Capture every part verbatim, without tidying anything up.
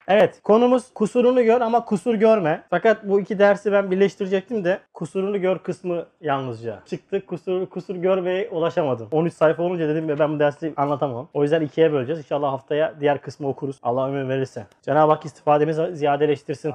Evet, konumuz kusurunu gör ama kusur görme. Fakat bu iki dersi ben birleştirecektim de kusurunu gör kısmı yalnızca çıktı. Kusur, kusur görmeye ulaşamadım. on üç sayfa olunca dedim ya ben bu dersi anlatamam. O yüzden ikiye böleceğiz. İnşallah haftaya diğer kısmı okuruz. Allah ömür verirse. Cenab-ı Hak istifademizi ziyadeleştirsin.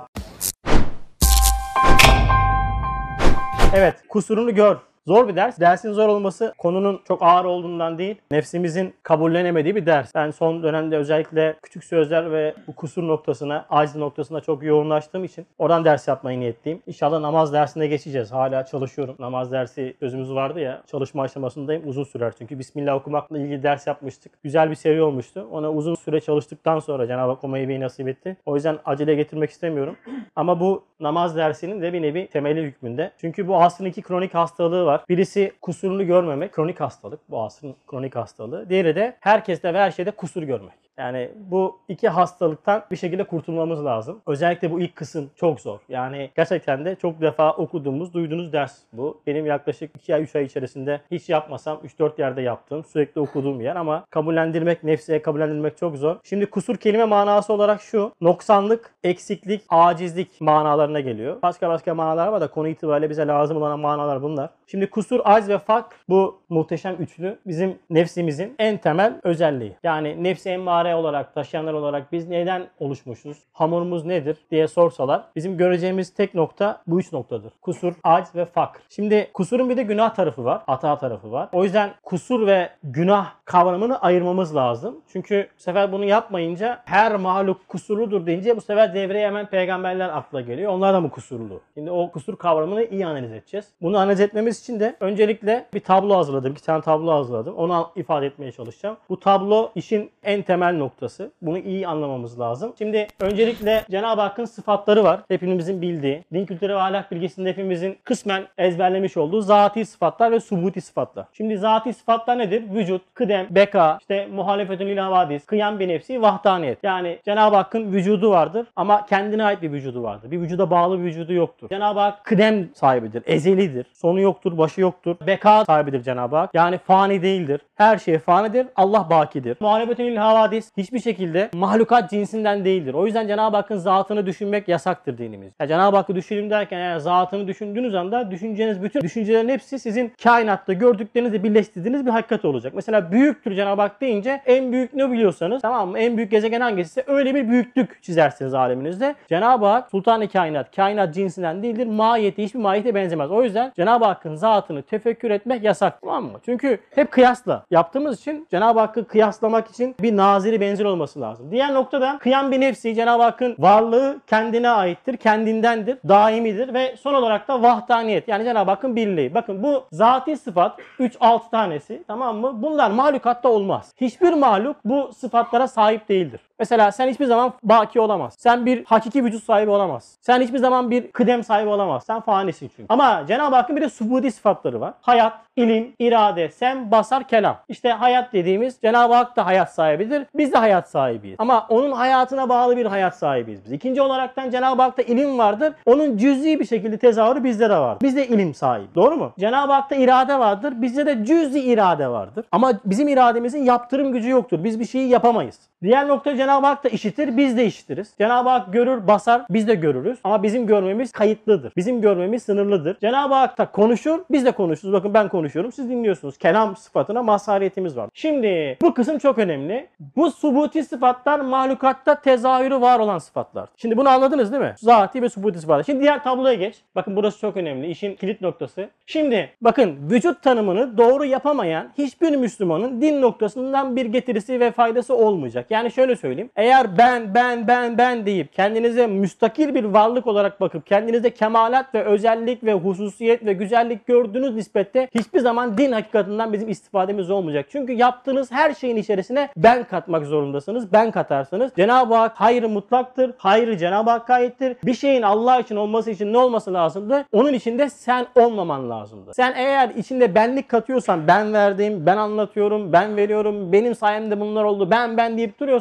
Evet, kusurunu gör. Zor bir ders. Dersin zor olması konunun çok ağır olduğundan değil, nefsimizin kabullenemediği bir ders. Ben son dönemde özellikle küçük sözler ve bu kusur noktasına, aciz noktasına çok yoğunlaştığım için oradan ders yapmayı niyetliyim. İnşallah namaz dersine geçeceğiz. Hala çalışıyorum. Namaz dersi sözümüz vardı ya, çalışma aşamasındayım. Uzun sürer çünkü Bismillah okumakla ilgili ders yapmıştık. Güzel bir seviye olmuştu. Ona uzun süre çalıştıktan sonra Cenab-ı Hak o meyveyi nasip etti. O yüzden acele getirmek istemiyorum. Ama bu namaz dersinin de bir nevi temeli hükmünde. Çünkü bu asrın iki kronik hastalığı var. Birisi kusurunu görmemek, kronik hastalık. Bu asrın kronik hastalığı. Diğeri de herkeste ve her şeyde kusur görmek. Yani bu iki hastalıktan bir şekilde kurtulmamız lazım. Özellikle bu ilk kısım çok zor. Yani gerçekten de çok defa okuduğumuz, duyduğunuz ders bu. Benim yaklaşık iki ay, üç ay içerisinde hiç yapmasam üç dört yerde yaptığım, sürekli okuduğum yer ama kabullendirmek, nefsiye kabullendirmek çok zor. Şimdi kusur kelime manası olarak şu, noksanlık, eksiklik, acizlik manalarına geliyor. Başka başka manalar var da konu itibariyle bize lazım olan manalar bunlar. Şimdi kusur, acz ve fakr, bu muhteşem üçlü bizim nefsimizin en temel özelliği. Yani nefsi emmare olarak, taşıyanlar olarak biz neden oluşmuşuz? Hamurumuz nedir diye sorsalar bizim göreceğimiz tek nokta bu üç noktadır. Kusur, acz ve fakr. Şimdi kusurun bir de günah tarafı var, hata tarafı var. O yüzden kusur ve günah kavramını ayırmamız lazım. Çünkü bu sefer bunu yapmayınca her mahluk kusurludur deyince bu sefer devreye hemen peygamberler akla geliyor. Onlar da mı kusurlu? Şimdi o kusur kavramını iyi analiz edeceğiz. Bunu analiz etmemiz için de öncelikle bir tablo hazırladım. İki tane tablo hazırladım. Onu ifade etmeye çalışacağım. Bu tablo işin en temel noktası. Bunu iyi anlamamız lazım. Şimdi öncelikle Cenab-ı Hakk'ın sıfatları var. Hepimizin bildiği. Din kültürü ve ahlak bilgisinde hepimizin kısmen ezberlemiş olduğu zati sıfatlar ve subuti sıfatlar. Şimdi zati sıfatlar nedir? Vücut, kıdem, beka, işte muhalefetün lil havadis, kıyam bir nefsi, vahdaniyet. Yani Cenab-ı Hakk'ın vücudu vardır ama kendine ait bir vücudu vardır. Bir vücuda bağlı bir vücudu yoktur. Cenab-ı Hak kıdem sahibidir, ezelidir. Sonu yoktur, başı yoktur. Beka sahibidir Cenab-ı Hak. Yani fani değildir. Her şey fanidir. Allah bakidir. Muhalefetün lil havadis hiçbir şekilde mahlukat cinsinden değildir. O yüzden Cenab-ı Hakk'ın zatını düşünmek yasaktır dinimiz. Yani Cenab-ı Hakk'ı düşünün derken yani zatını düşündüğünüz anda düşüneceğiniz bütün düşüncelerin hepsi sizin kainatta gördüklerinizle birleştirdiğiniz bir hakikat olacak. Mesela büyüktür Cenab-ı Hak deyince en büyük ne biliyorsanız, tamam mı? En büyük gezegen hangisi? Öyle bir büyüklük çizersiniz aleminizde. Cenab-ı Hak Sultan-ı Kainat, kainat cinsinden değildir. Mahiyeti hiçbir mahiyete benzemez. O yüzden Cenab-ı Hakk'ın zatını tefekkür etmek yasak. Tamam mı? Çünkü hep kıyasla yaptığımız için Cenab-ı Hakk'ı kıyaslamak için bir naziri benzer olması lazım. Diğer noktada kıyam bir nefsi, Cenab-ı Hakk'ın varlığı kendine aittir, kendindendir, daimidir ve son olarak da vahdaniyet, yani Cenab-ı Hakk'ın birliği. Bakın bu zati sıfat üç altı tanesi, tamam mı? Bunlar mahlukatta olmaz. Hiçbir mahluk bu sıfatlara sahip değildir. Mesela sen hiçbir zaman baki olamaz. Sen bir hakiki vücut sahibi olamaz. Sen hiçbir zaman bir kıdem sahibi olamaz. Sen fanisin çünkü. Ama Cenab-ı Hakk'ın bir de subudi sıfatları var. Hayat, ilim, irade, sem, basar, kelam. İşte hayat dediğimiz Cenab-ı Hak da hayat sahibidir. Biz de hayat sahibiyiz. Ama onun hayatına bağlı bir hayat sahibiyiz biz. İkinci olaraktan Cenab-ı Hak'ta ilim vardır. Onun cüz'i bir şekilde tezahürü bizde de vardır. Biz de ilim sahibi. Doğru mu? Cenab-ı Hak'ta irade vardır. Bizde de cüz'i irade vardır. Ama bizim irademizin yaptırım gücü yoktur. Biz bir şeyi yapamayız. Diğer nokta Cenab-ı Hak da işitir, biz de işitiriz. Cenab-ı Hak görür, basar, biz de görürüz. Ama bizim görmemiz kayıtlıdır. Bizim görmemiz sınırlıdır. Cenab-ı Hak da konuşur, biz de konuşuruz. Bakın ben konuşuyorum, siz dinliyorsunuz. Kelam sıfatına mazhariyetimiz var. Şimdi bu kısım çok önemli. Bu subuti sıfatlar mahlukatta tezahürü var olan sıfatlar. Şimdi bunu anladınız değil mi? Zati ve subuti sıfatlar. Şimdi diğer tabloya geç. Bakın burası çok önemli. İşin kilit noktası. Şimdi bakın vücut tanımını doğru yapamayan hiçbir Müslümanın din noktasından bir getirisi ve faydası olmayacak. Yani şöyle söyleyeyim. Eğer ben, ben, ben, ben deyip kendinize müstakil bir varlık olarak bakıp kendinizde kemalat ve özellik ve hususiyet ve güzellik gördüğünüz nispette hiçbir zaman din hakikatinden bizim istifademiz olmayacak. Çünkü yaptığınız her şeyin içerisine ben katmak zorundasınız. Ben katarsanız Cenab-ı Hak hayrı mutlaktır. Hayrı Cenab-ı Hakk'a aittir. Bir şeyin Allah için olması için ne olması lazımdı? Onun içinde sen olmaman lazımdı. Sen eğer içinde benlik katıyorsan, ben verdiğim, ben anlatıyorum, ben veriyorum, benim sayemde bunlar oldu, ben ben deyip duruyorsan o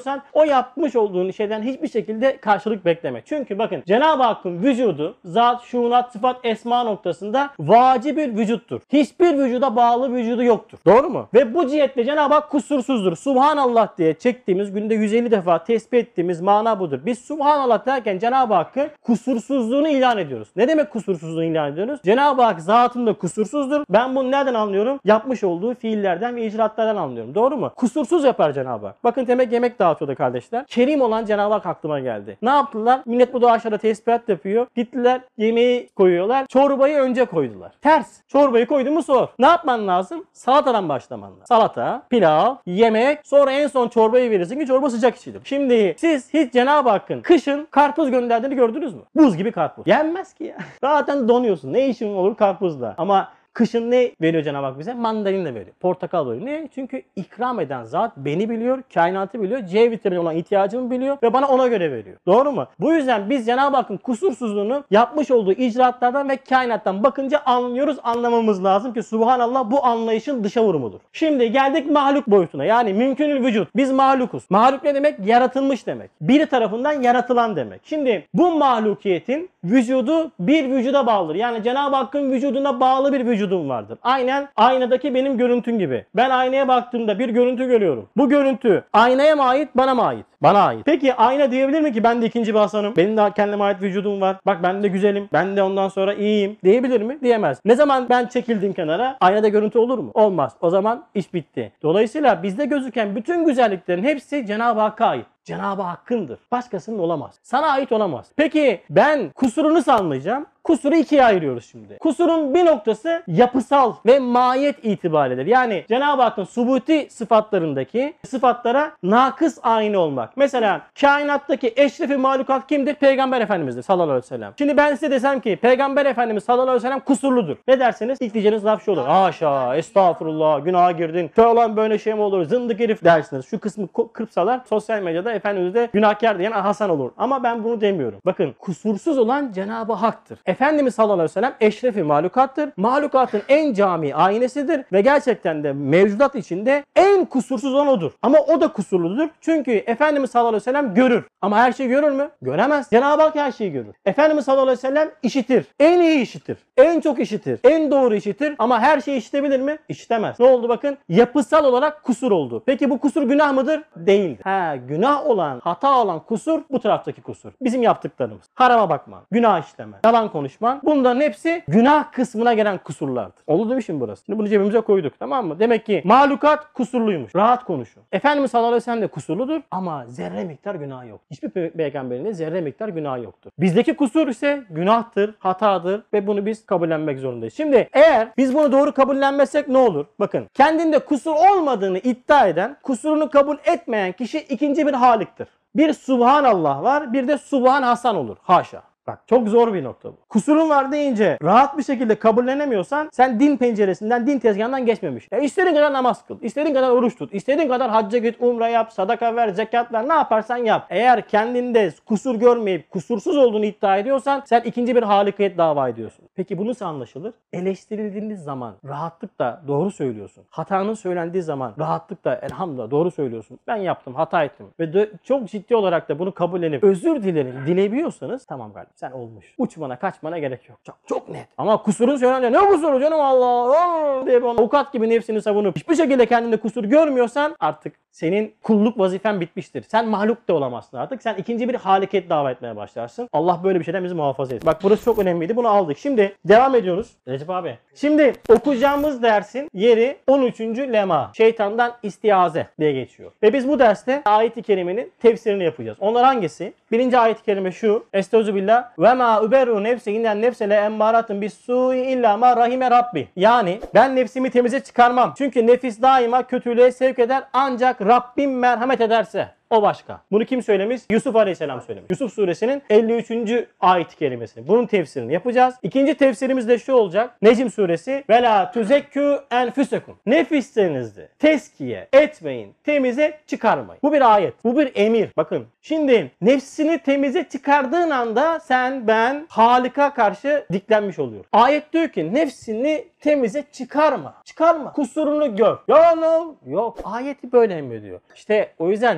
o yapmış olduğun şeyden hiçbir şekilde karşılık bekleme. Çünkü bakın Cenab-ı Hakk'ın vücudu zat, şuunat, sıfat, esma noktasında vacib bir vücuttur. Hiçbir vücuda bağlı vücudu yoktur. Doğru mu? Ve bu cihette Cenab-ı Hak kusursuzdur. Subhanallah diye çektiğimiz, günde yüz elli defa tesbih ettiğimiz mana budur. Biz Subhanallah derken Cenab-ı Hakk'ın kusursuzluğunu ilan ediyoruz. Ne demek kusursuzluğunu ilan ediyoruz? Cenab-ı Hak zatında kusursuzdur. Ben bunu nereden anlıyorum? Yapmış olduğu fiillerden ve icraatlardan anlıyorum. Doğru mu? Kusursuz yapar Cenab-ı Hak. Bakın demek yemek dağıtıyordu kardeşler. Kerim olan Cenab-ı Hak aklıma geldi. Ne yaptılar? Millet bu da aşağıda tesbihat yapıyor. Gittiler yemeği koyuyorlar. Çorbayı önce koydular. Ters. Çorbayı koydu mu sor. Ne yapman lazım? Salatadan başlaman lazım. Salata, pilav, yemek, sonra en son çorbayı verirsin ki çorba sıcak içilir. Şimdi siz hiç Cenab-ı Hakk'ın kışın karpuz gönderdiğini gördünüz mü? Buz gibi karpuz. Yenmez ki ya. Zaten donuyorsun. Ne işin olur karpuzla? Ama kışın ne veriyor Cenab-ı Hak bize? Mandalina veriyor. Portakal veriyor. Ne? Çünkü ikram eden zat beni biliyor, kainatı biliyor, C vitamini olan ihtiyacımı biliyor ve bana ona göre veriyor. Doğru mu? Bu yüzden biz Cenab-ı Hakk'ın kusursuzluğunu yapmış olduğu icraatlardan ve kainattan bakınca anlıyoruz, anlamamız lazım ki Subhanallah bu anlayışın dışa vurumudur. Şimdi geldik mahluk boyutuna. Yani mümkünül vücut. Biz mahlukuz. Mahluk ne demek? Yaratılmış demek. Biri tarafından yaratılan demek. Şimdi bu mahlukiyetin vücudu bir vücuda bağlıdır. Yani Cenab-ı Hakk'ın vücuduna bağlı bir vücudum vardır. Aynen aynadaki benim görüntüm gibi. Ben aynaya baktığımda bir görüntü görüyorum. Bu görüntü aynaya mı ait, bana mı ait? Bana ait. Peki ayna diyebilir mi ki ben de ikinci bir Hasan'ım? Benim de kendime ait vücudum var. Bak ben de güzelim. Ben de ondan sonra iyiyim. Diyebilir mi? Diyemez. Ne zaman ben çekildim kenara aynada görüntü olur mu? Olmaz. O zaman iş bitti. Dolayısıyla bizde gözüken bütün güzelliklerin hepsi Cenab-ı Hakk'a ait. Cenab-ı Hakk'ındır. Başkasının olamaz. Sana ait olamaz. Peki ben kusurunu sanmayacağım. Kusuru ikiye ayırıyoruz şimdi. Kusurun bir noktası yapısal ve mahiyet itibariyle. Yani Cenab-ı Hakk'ın subuti sıfatlarındaki sıfatlara nakıs aynı olmak. Mesela kainattaki eşrefi mahlukat kimdir? Peygamber Efendimiz'dir sallallahu aleyhi ve sellem. Şimdi ben size desem ki Peygamber Efendimiz sallallahu aleyhi ve sellem kusurludur. Ne dersiniz? İlk diyeceğiniz laf şu olur. Haşa, estağfurullah, günaha girdin. Falan böyle şey mi olur? Zındık herif dersiniz. Şu kısmı kırpsalar sosyal medyada Efendimiz'de günahkar diyen Hasan olur. Ama ben bunu demiyorum. Bakın kusursuz olan Cenab-ı Hak'tır. Efendimiz sallallahu aleyhi ve sellem eşrefi mahlukattır. Mahlukatın en cami aynesidir ve gerçekten de mevcudat içinde en kusursuz olan odur. Ama o da kusurludur. Çünkü Efendimiz sallallahu aleyhi ve sellem görür. Ama her şeyi görür mü? Göremez. Cenab-ı Hak her şeyi görür. Efendimiz sallallahu aleyhi ve sellem işitir. En iyi işitir. En çok işitir. En doğru işitir. Ama her şeyi işitebilir mi? İşitemez. Ne oldu bakın? Yapısal olarak kusur oldu. Peki bu kusur günah mıdır? Değildir. Ha, günah olan, hata olan kusur bu taraftaki kusur. Bizim yaptıklarımız. Harama bakma. Günah işleme. Yalan konuşman. Bunların hepsi günah kısmına gelen kusurlardır. Oldu demişim burası. Şimdi bunu cebimize koyduk. Tamam mı? Demek ki mahlukat kusurluymuş. Rahat konuşun. Efendimiz sallallahu aleyhi ve sellem de kusurludur ama zerre miktar günah yok. Hiçbir pe- peygamberin de zerre miktar günah yoktur. Bizdeki kusur ise günahtır, hatadır ve bunu biz kabullenmek zorundayız. Şimdi eğer biz bunu doğru kabullenmezsek ne olur? Bakın kendinde kusur olmadığını iddia eden, kusurunu kabul etmeyen kişi ikinci bir haliktir. Bir Subhanallah var, bir de Subhan Hasan olur. Haşa. Bak çok zor bir nokta bu. Kusurun var deyince rahat bir şekilde kabullenemiyorsan sen din penceresinden, din tezgahından geçmemiş. Ya istediğin kadar namaz kıl, istediğin kadar oruç tut, istediğin kadar hacca git, umre yap, sadaka ver, zekat ver, ne yaparsan yap. Eğer kendinde kusur görmeyip kusursuz olduğunu iddia ediyorsan sen ikinci bir halikiyet dava ediyorsun. Peki bu nasıl anlaşılır? Eleştirildiğiniz zaman rahatlıkla doğru söylüyorsun. Hatanın söylendiği zaman rahatlıkla elhamdülillah doğru söylüyorsun. Ben yaptım, hata ettim. Ve de, çok ciddi olarak da bunu kabullenip özür dilerim dileyebiliyorsanız tamam kardeşim. Sen olmuş. Uçmana kaçmana gerek yok. Çok, çok net. Ama kusurun söylenince ne kusuru canım Allah Allah diye bir avukat gibi nefsini savunup hiçbir şekilde kendinde kusur görmüyorsan artık senin kulluk vazifen bitmiştir. Sen mahluk da olamazsın artık. Sen ikinci bir haliket dava etmeye başlarsın. Allah böyle bir şeyden bizi muhafaza etsin. Bak burası çok önemliydi. Bunu aldık. Şimdi devam ediyoruz. Recep abi. Şimdi okuyacağımız dersin yeri on üçüncü lema. Şeytandan istiaze diye geçiyor. Ve biz bu derste ayet-i kerimenin tefsirini yapacağız. Onlar hangisi? Birinci ayet-i kerime şu. Estağfirullah. Ve ma uberu nefsi innen nefse le emmaratun bis su'i illa ma rahime rabbi. Yani ben nefsimi temize çıkarmam. Çünkü nefis daima kötülüğe sevk eder ancak Rabbim merhamet ederse. O başka. Bunu kim söylemiş? Yusuf Aleyhisselam söylemiş. Yusuf suresinin elli üçüncü ayet-i kerimesi. Bunun tefsirini yapacağız. İkinci tefsirimiz de şu olacak. Necm suresi. Ve la tuzekkü enfüsekum. Nefislerinizi teskiye etmeyin. Temize çıkarmayın. Bu bir ayet. Bu bir emir. Bakın. Şimdi nefsini temize çıkardığın anda sen, ben Halik'a karşı diklenmiş oluyor. Ayet diyor ki nefsini temize çıkarma. Çıkarma. Kusurunu gör. Ya no. Yok. Ayeti böyle emrediyor. İşte o yüzden Halik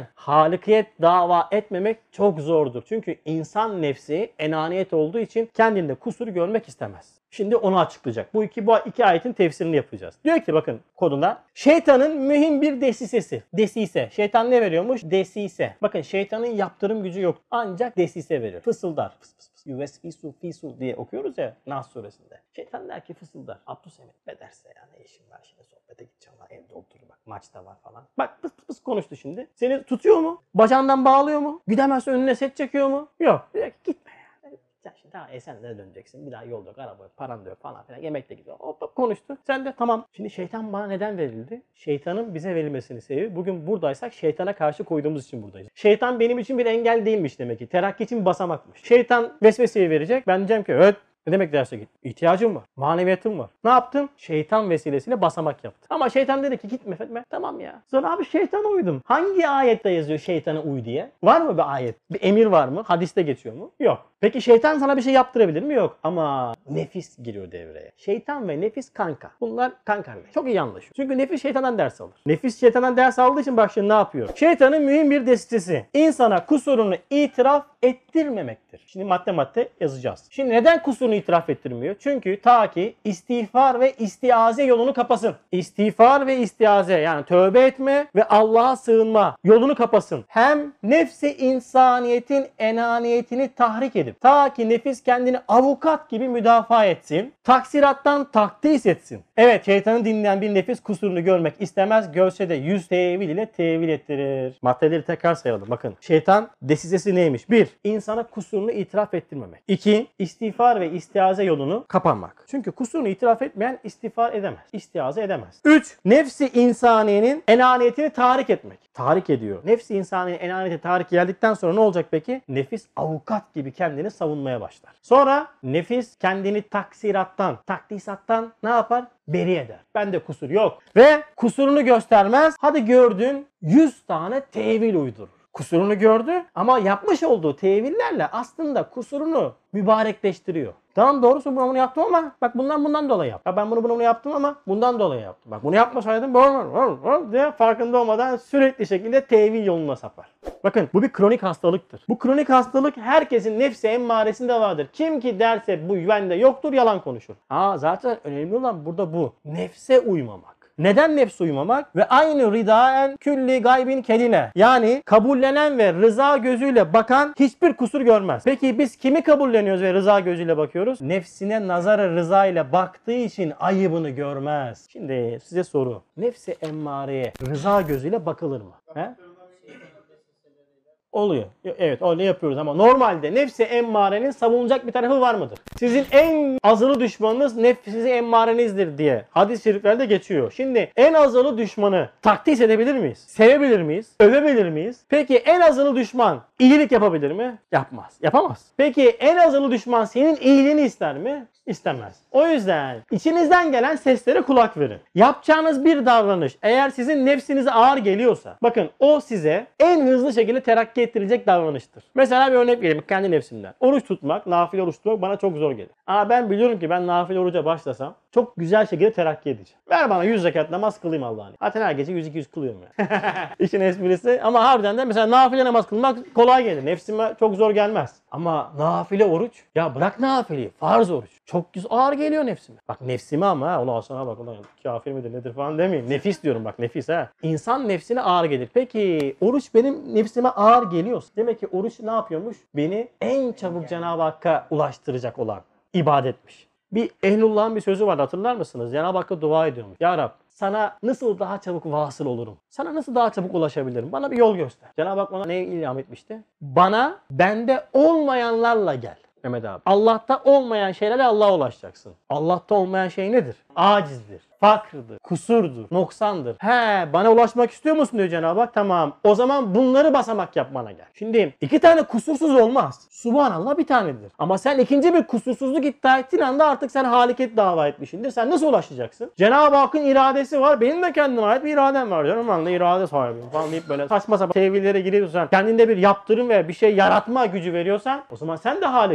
Halikiyet dava etmemek çok zordur. Çünkü insan nefsi enaniyet olduğu için kendinde kusur görmek istemez. Şimdi onu açıklayacak. Bu iki, bu iki ayetin tefsirini yapacağız. Diyor ki bakın kodunda şeytanın mühim bir desisesi. Desise. Şeytan ne veriyormuş? Desise. Bakın şeytanın yaptırım gücü yok. Ancak desise verir. Fısıldar. Fıs fıs fıs. Yüvesfisu fisu diye okuyoruz ya Nas suresinde. Şeytan der ki fısıldar. Abdülsemet ne derse ya ne işim var şimdi sohbete gideceğim var evde oturup bak maçta var falan. Bak pıs pıs pıs konuştu şimdi. Seni tutuyor mu? Bacağından bağlıyor mu? Gidemezse önüne set çekiyor mu? Yok. Diyor ki gitme ya. Sen şimdi daha Esenler'e döneceksin. Bir daha yol yok, araba yok, paran da yok falan filan. Yemek de gidiyor. Hop hop konuştu. Sen de tamam. Şimdi şeytan bana neden verildi? Şeytanın bize verilmesini sebebi bugün buradaysak şeytana karşı koyduğumuz için buradayız. Şeytan benim için bir engel değilmiş demek ki. Terakki için bir basamakmış. Şeytan vesveseyi verecek. Ben diyeceğim ki evet. Ne demek derse git? İhtiyacım var. Maneviyatım var. Ne yaptım? Şeytan vesilesiyle basamak yaptım. Ama şeytan dedi ki gitme Fetme. Tamam ya. Sonra abi şeytana uydum. Hangi ayette yazıyor şeytana uy diye? Var mı bir ayet? Bir emir var mı? Hadiste geçiyor mu? Yok. Peki şeytan sana bir şey yaptırabilir mi? Yok. Ama nefis giriyor devreye. Şeytan ve nefis kanka. Bunlar kankarlar. Çok iyi anlaşıyor. Çünkü nefis şeytandan ders alır. Nefis şeytandan ders aldığı için bak şimdi ne yapıyor? Şeytanın mühim bir desistesi. İnsana kusurunu itiraf ettirmemektir. Şimdi madde madde yazacağız. Şimdi neden kusurunu itiraf ettirmiyor? Çünkü ta ki istiğfar ve istiaze yolunu kapasın. İstiğfar ve istiaze yani tövbe etme ve Allah'a sığınma yolunu kapasın. Hem nefsi insaniyetin enaniyetini tahrik edip ta ki nefis kendini avukat gibi müdafaa etsin. Taksirattan takdis etsin. Evet şeytanı dinleyen bir nefis kusurunu görmek istemez. Görse de yüz tevil ile tevil ettirir. Maddeleri tekrar sayalım. Bakın şeytan desisesi neymiş? bir insana kusurunu itiraf ettirmemek. iki istiğfar ve istiaze yolunu kapanmak. Çünkü kusurunu itiraf etmeyen istiğfar edemez. İstiaze edemez. üç nefsi insaniyenin enaniyetini tahrik etmek. Tahrik ediyor. Nefsi insaniyenin enaniyeti tahrik geldikten sonra ne olacak peki? Nefis avukat gibi kendini savunmaya başlar. Sonra nefis kendini taksirattan, takdisattan ne yapar? Beri eder. Bende kusur yok. Ve kusurunu göstermez. Hadi gördün yüz tane tevil uydurur. Kusurunu gördü ama yapmış olduğu tevillerle aslında kusurunu mübarekleştiriyor. Tamam doğrusu bunu bunu yaptım ama bak bundan bundan dolayı yaptım. Ya ben bunu bunu bunu yaptım ama bundan dolayı yaptım. Bak bunu yapmasaydım böyle diye farkında olmadan sürekli şekilde tevil yoluna sapar. Bakın bu bir kronik hastalıktır. Bu kronik hastalık herkesin nefsi emmaresinde vardır. Kim ki derse bu bende yoktur yalan konuşur. Aa zaten önemli olan burada bu. Nefse uymamak. Neden nefse uymamak? Ve aynı ridaen külli gaybin keline. Yani kabullenen ve rıza gözüyle bakan hiçbir kusur görmez. Peki biz kimi kabulleniyoruz ve rıza gözüyle bakıyoruz? Nefsine nazara rıza ile baktığı için ayıbını görmez. Şimdi size soru. Nefsi emmareye rıza gözüyle bakılır mı? He? Oluyor. Evet öyle yapıyoruz ama normalde nefsi emmarenin savunulacak bir tarafı var mıdır? Sizin en azılı düşmanınız nefsi emmarenizdir diye hadis-i şeriflerde geçiyor. Şimdi en azılı düşmanı takdis edebilir miyiz? Sevebilir miyiz? Övebilir miyiz? Peki en azılı düşman iyilik yapabilir mi? Yapmaz. Yapamaz. Peki en azılı düşman senin iyiliğini ister mi? İstemez. O yüzden içinizden gelen seslere kulak verin. Yapacağınız bir davranış eğer sizin nefsinize ağır geliyorsa bakın o size en hızlı şekilde terakki ettirecek davranıştır. Mesela bir örnek vereyim kendi nefsimden. Oruç tutmak, nafile oruç tutmak bana çok zor gelir. Ama ben biliyorum ki ben nafile oruca başlasam çok güzel şekilde terakki edeceğim. Ver bana yüz rekat namaz kılayım Allah'ın. Zaten her gece yüz iki yüz kılıyorum yani. İşin esprisi. Ama harbiden de mesela nafile namaz kılmak kolay gelir. Nefsime çok zor gelmez. Ama nafile oruç. Ya bırak nafileyi. Farz oruç. Çok ağır geliyor nefsime. Bak nefsime ama ha. Ulan sana bak. Ulan kafir midir nedir falan demeyeyim. Nefis diyorum bak nefis ha. İnsan nefsine ağır gelir. Peki oruç benim nefsime ağır geliyorsa. Demek ki oruç ne yapıyormuş? Beni en çabuk Cenab-ı Hakk'a ulaştıracak olan ibadetmiş. Bir Ehlullah'ın bir sözü vardı hatırlar mısınız? Cenab-ı Hakk'a dua ediyormuş. Ya Rab sana nasıl daha çabuk vasıl olurum? Sana nasıl daha çabuk ulaşabilirim? Bana bir yol göster. Cenab-ı Hak ona ne ilham etmişti? Bana bende olmayanlarla gel. Mehmet abi. Allah'ta olmayan şeylerle Allah'a ulaşacaksın. Allah'ta olmayan şey nedir? Acizdir, fakrdır, kusurdur, noksandır. He bana ulaşmak istiyor musun diyor Cenab-ı Hak. Tamam. O zaman bunları basamak yapmana gel. Şimdi iki tane kusursuz olmaz. Subhanallah bir tanedir. Ama sen ikinci bir kusursuzluk iddia ettiğin anda artık sen haliket dava etmişsindir. Sen nasıl ulaşacaksın? Cenab-ı Hakk'ın iradesi var. Benim de kendime ait bir iradem var canım. Ben de irade sahibiyim falan deyip böyle saçma sapan tevhillere giriyorsan, kendinde bir yaptırım ve bir şey yaratma gücü veriyorsan o zaman sen de haliksin.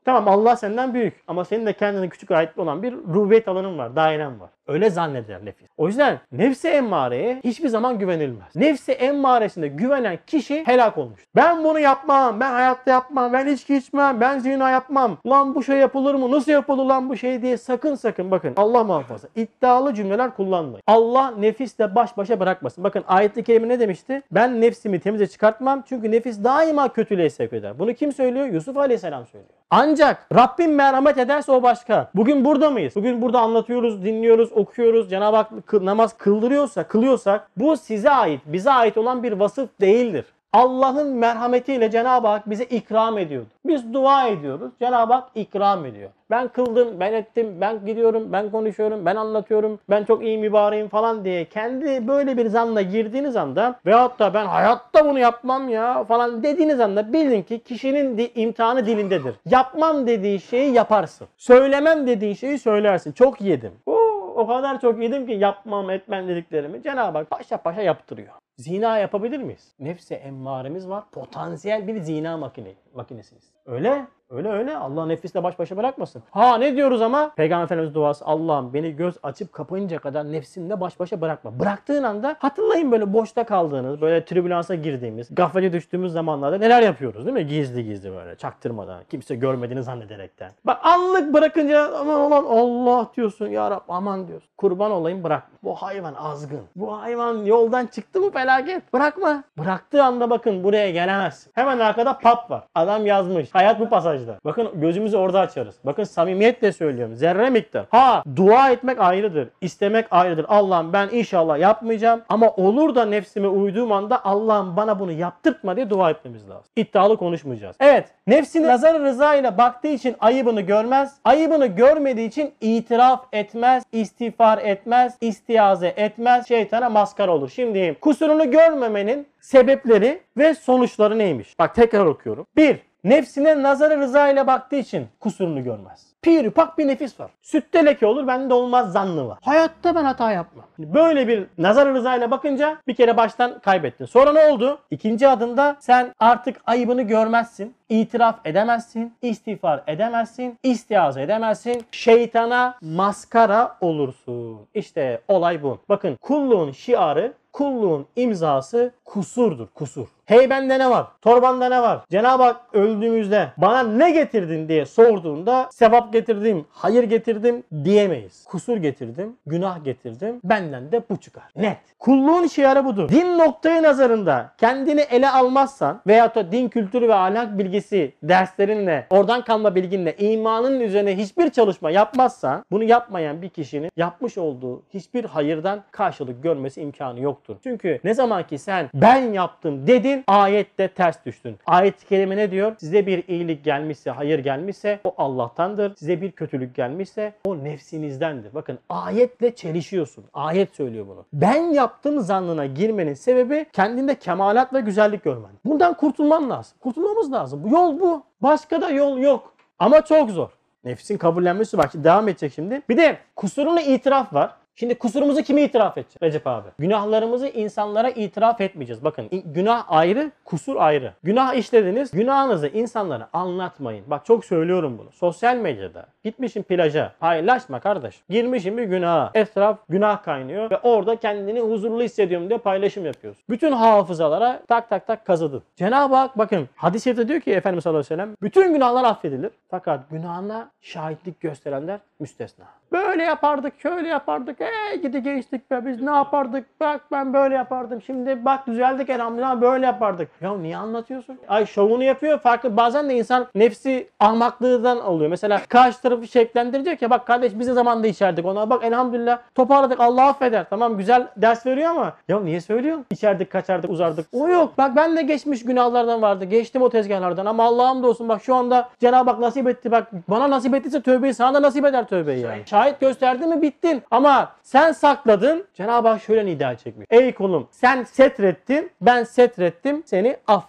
Tamam, Allah senden büyük ama senin de kendine küçük ait olan bir rububiyet alanın var, dairen var. Öyle zanneder nefis. O yüzden nefse emmareye hiçbir zaman güvenilmez. Nefse emmaresinde güvenen kişi helak olmuş. Ben bunu yapmam, ben hayatta yapmam, ben içki içmem, ben zina yapmam. Lan bu şey yapılır mı? Nasıl yapılır lan bu şey diye sakın sakın bakın Allah muhafaza iddialı cümleler kullanmayın. Allah nefisle baş başa bırakmasın. Bakın ayet-i kerime ne demişti? Ben nefsimi temize çıkartmam çünkü nefis daima kötülüğe sevk eder. Bunu kim söylüyor? Yusuf Aleyhisselam söylüyor. Ancak Rabbim merhamet ederse o başka. Bugün burada mıyız? Bugün burada anlatıyoruz, dinliyoruz, okuyoruz. Cenab-ı Hak namaz kıldırıyorsa, kılıyorsak bu size ait, bize ait olan bir vasıf değildir. Allah'ın merhametiyle Cenab-ı Hak bize ikram ediyordu. Biz dua ediyoruz. Cenab-ı Hak ikram ediyor. Ben kıldım, ben ettim, ben gidiyorum, ben konuşuyorum, ben anlatıyorum, ben çok iyi mübareğim falan diye kendi böyle bir zanla girdiğiniz anda veyahut da ben hayatta bunu yapmam ya falan dediğiniz anda bilin ki kişinin di- imtihanı dilindedir. Yapmam dediği şeyi yaparsın. Söylemem dediği şeyi söylersin. Çok yedim. Oo, o kadar çok yedim ki yapmam etmem dediklerimi Cenab-ı Hak paşa paşa yaptırıyor. Zina yapabilir miyiz? Nefse emmaremiz var. Potansiyel bir zina makine, makinesiyiz. Öyle. Öyle öyle. Allah nefisle baş başa bırakmasın. Ha ne diyoruz ama? Peygamber Efendimiz duası Allah'ım beni göz açıp kapayınca kadar nefsimle baş başa bırakma. Bıraktığın anda hatırlayın böyle boşta kaldığınız, böyle tribülansa girdiğimiz, gaflete düştüğümüz zamanlarda neler yapıyoruz değil mi? Gizli gizli böyle çaktırmadan, kimse görmediğini zannederekten. Bak anlık bırakınca aman aman Allah diyorsun ya Rab aman diyorsun. Kurban olayım bırakma. Bu hayvan azgın. Bu hayvan yoldan çıktı mı felaket. Bırakma. Bıraktığı anda bakın buraya gelemezsin. Hemen arkada pap var. Adam yazmış. Hayat bu pasajda. Bakın gözümüzü orada açarız. Bakın samimiyetle söylüyorum. Zerre miktar. Ha dua etmek ayrıdır. İstemek ayrıdır. Allah'ım ben inşallah yapmayacağım. Ama olur da nefsime uyduğum anda Allah'ım bana bunu yaptırtma diye dua etmemiz lazım. İddialı konuşmayacağız. Evet. Nefsin nazar-ı rıza ile baktığı için ayıbını görmez. Ayıbını görmediği için itiraf etmez. İstiğfar etmez. İstiaze etmez. Şeytana maskara olur. Şimdi kusurunu görmemenin sebepleri ve sonuçları neymiş? Bak tekrar okuyorum. bir. Nefsine nazar-ı rıza ile baktığı için kusurunu görmez. Pir pak bir nefis var. Sütte leke olur bende olmaz zannı var. Hayatta ben hata yapmam. Böyle bir nazar-ı rıza ile bakınca bir kere baştan kaybettin. Sonra ne oldu? İkinci adımda sen artık ayıbını görmezsin. İtiraf edemezsin. İstiğfar edemezsin. İstiaze edemezsin. Şeytana maskara olursun. İşte olay bu. Bakın kulluğun şiarı, kulluğun imzası kusurdur. Kusur. Hey bende ne var? Torbanda ne var? Cenab-ı Hak öldüğümüzde bana ne getirdin diye sorduğunda sevap getirdim, hayır getirdim diyemeyiz. Kusur getirdim, günah getirdim. Benden de bu çıkar. Net. Kulluğun şiarı budur. Din noktayı nazarında kendini ele almazsan veyahut da din kültürü ve ahlak bilgisi derslerinle, oradan kalma bilginle imanın üzerine hiçbir çalışma yapmazsan bunu yapmayan bir kişinin yapmış olduğu hiçbir hayırdan karşılık görmesi imkanı yoktur. Çünkü ne zaman ki sen ben yaptım dedin ayette ters düştün. Ayet-i kerime ne diyor? Size bir iyilik gelmişse, hayır gelmişse o Allah'tandır. Size bir kötülük gelmişse o nefsinizdendir. Bakın ayetle çelişiyorsun. Ayet söylüyor bunu. Ben yaptım zannına girmenin sebebi kendinde kemalat ve güzellik görmen. Bundan kurtulman lazım. Kurtulmamız lazım. Bu yol bu. Başka da yol yok. Ama çok zor. Nefsin kabullenmesi bak devam edecek şimdi. Bir de kusurunu itiraf var. Şimdi kusurumuzu kime itiraf edeceğiz Recep abi? Günahlarımızı insanlara itiraf etmeyeceğiz. Bakın günah ayrı, kusur ayrı. Günah işlediniz, günahınızı insanlara anlatmayın. Bak çok söylüyorum bunu. Sosyal medyada gitmişim plaja, paylaşma kardeş. Girmişim bir günaha, etraf günah kaynıyor ve orada kendini huzurlu hissediyorum diye paylaşım yapıyorsun. Bütün hafızalara tak tak tak kazıdın. Cenab-ı Hak bakın hadis-i şerifte diyor ki Efendimiz sallallahu aleyhi ve sellem bütün günahlar affedilir. Fakat günahına şahitlik gösterenler müstesna. Böyle yapardık, şöyle yapardık. Eee gidi geçtik be biz ne yapardık? Bak ben böyle yapardım. Şimdi bak düzeldik elhamdülillah böyle yapardık. Ya niye anlatıyorsun? Ay şovunu yapıyor. Farklı bazen de insan nefsi ahmaklığından oluyor. Mesela karşı tarafı şevklendirecek ya bak kardeş biz de zamanında içerdik ona. Bak elhamdülillah toparladık Allah affeder. Tamam güzel ders veriyor ama ya niye söylüyorsun? İçerdik kaçardık uzardık. O yok. Bak ben de geçmiş günahlardan vardı. Geçtim o tezgahlardan ama Allah'ım da olsun bak şu anda Cenab-ı Hak nasip etti. Bak bana nasip ettiyse tövbeyi sana da nasip eder tövbeyi yani. Şahit gösterdi mi bittin. Ama sen sakladın. Cenab-ı Hak şöyle nida çekmiş. Ey kulum sen setrettin ben setrettim seni affettim.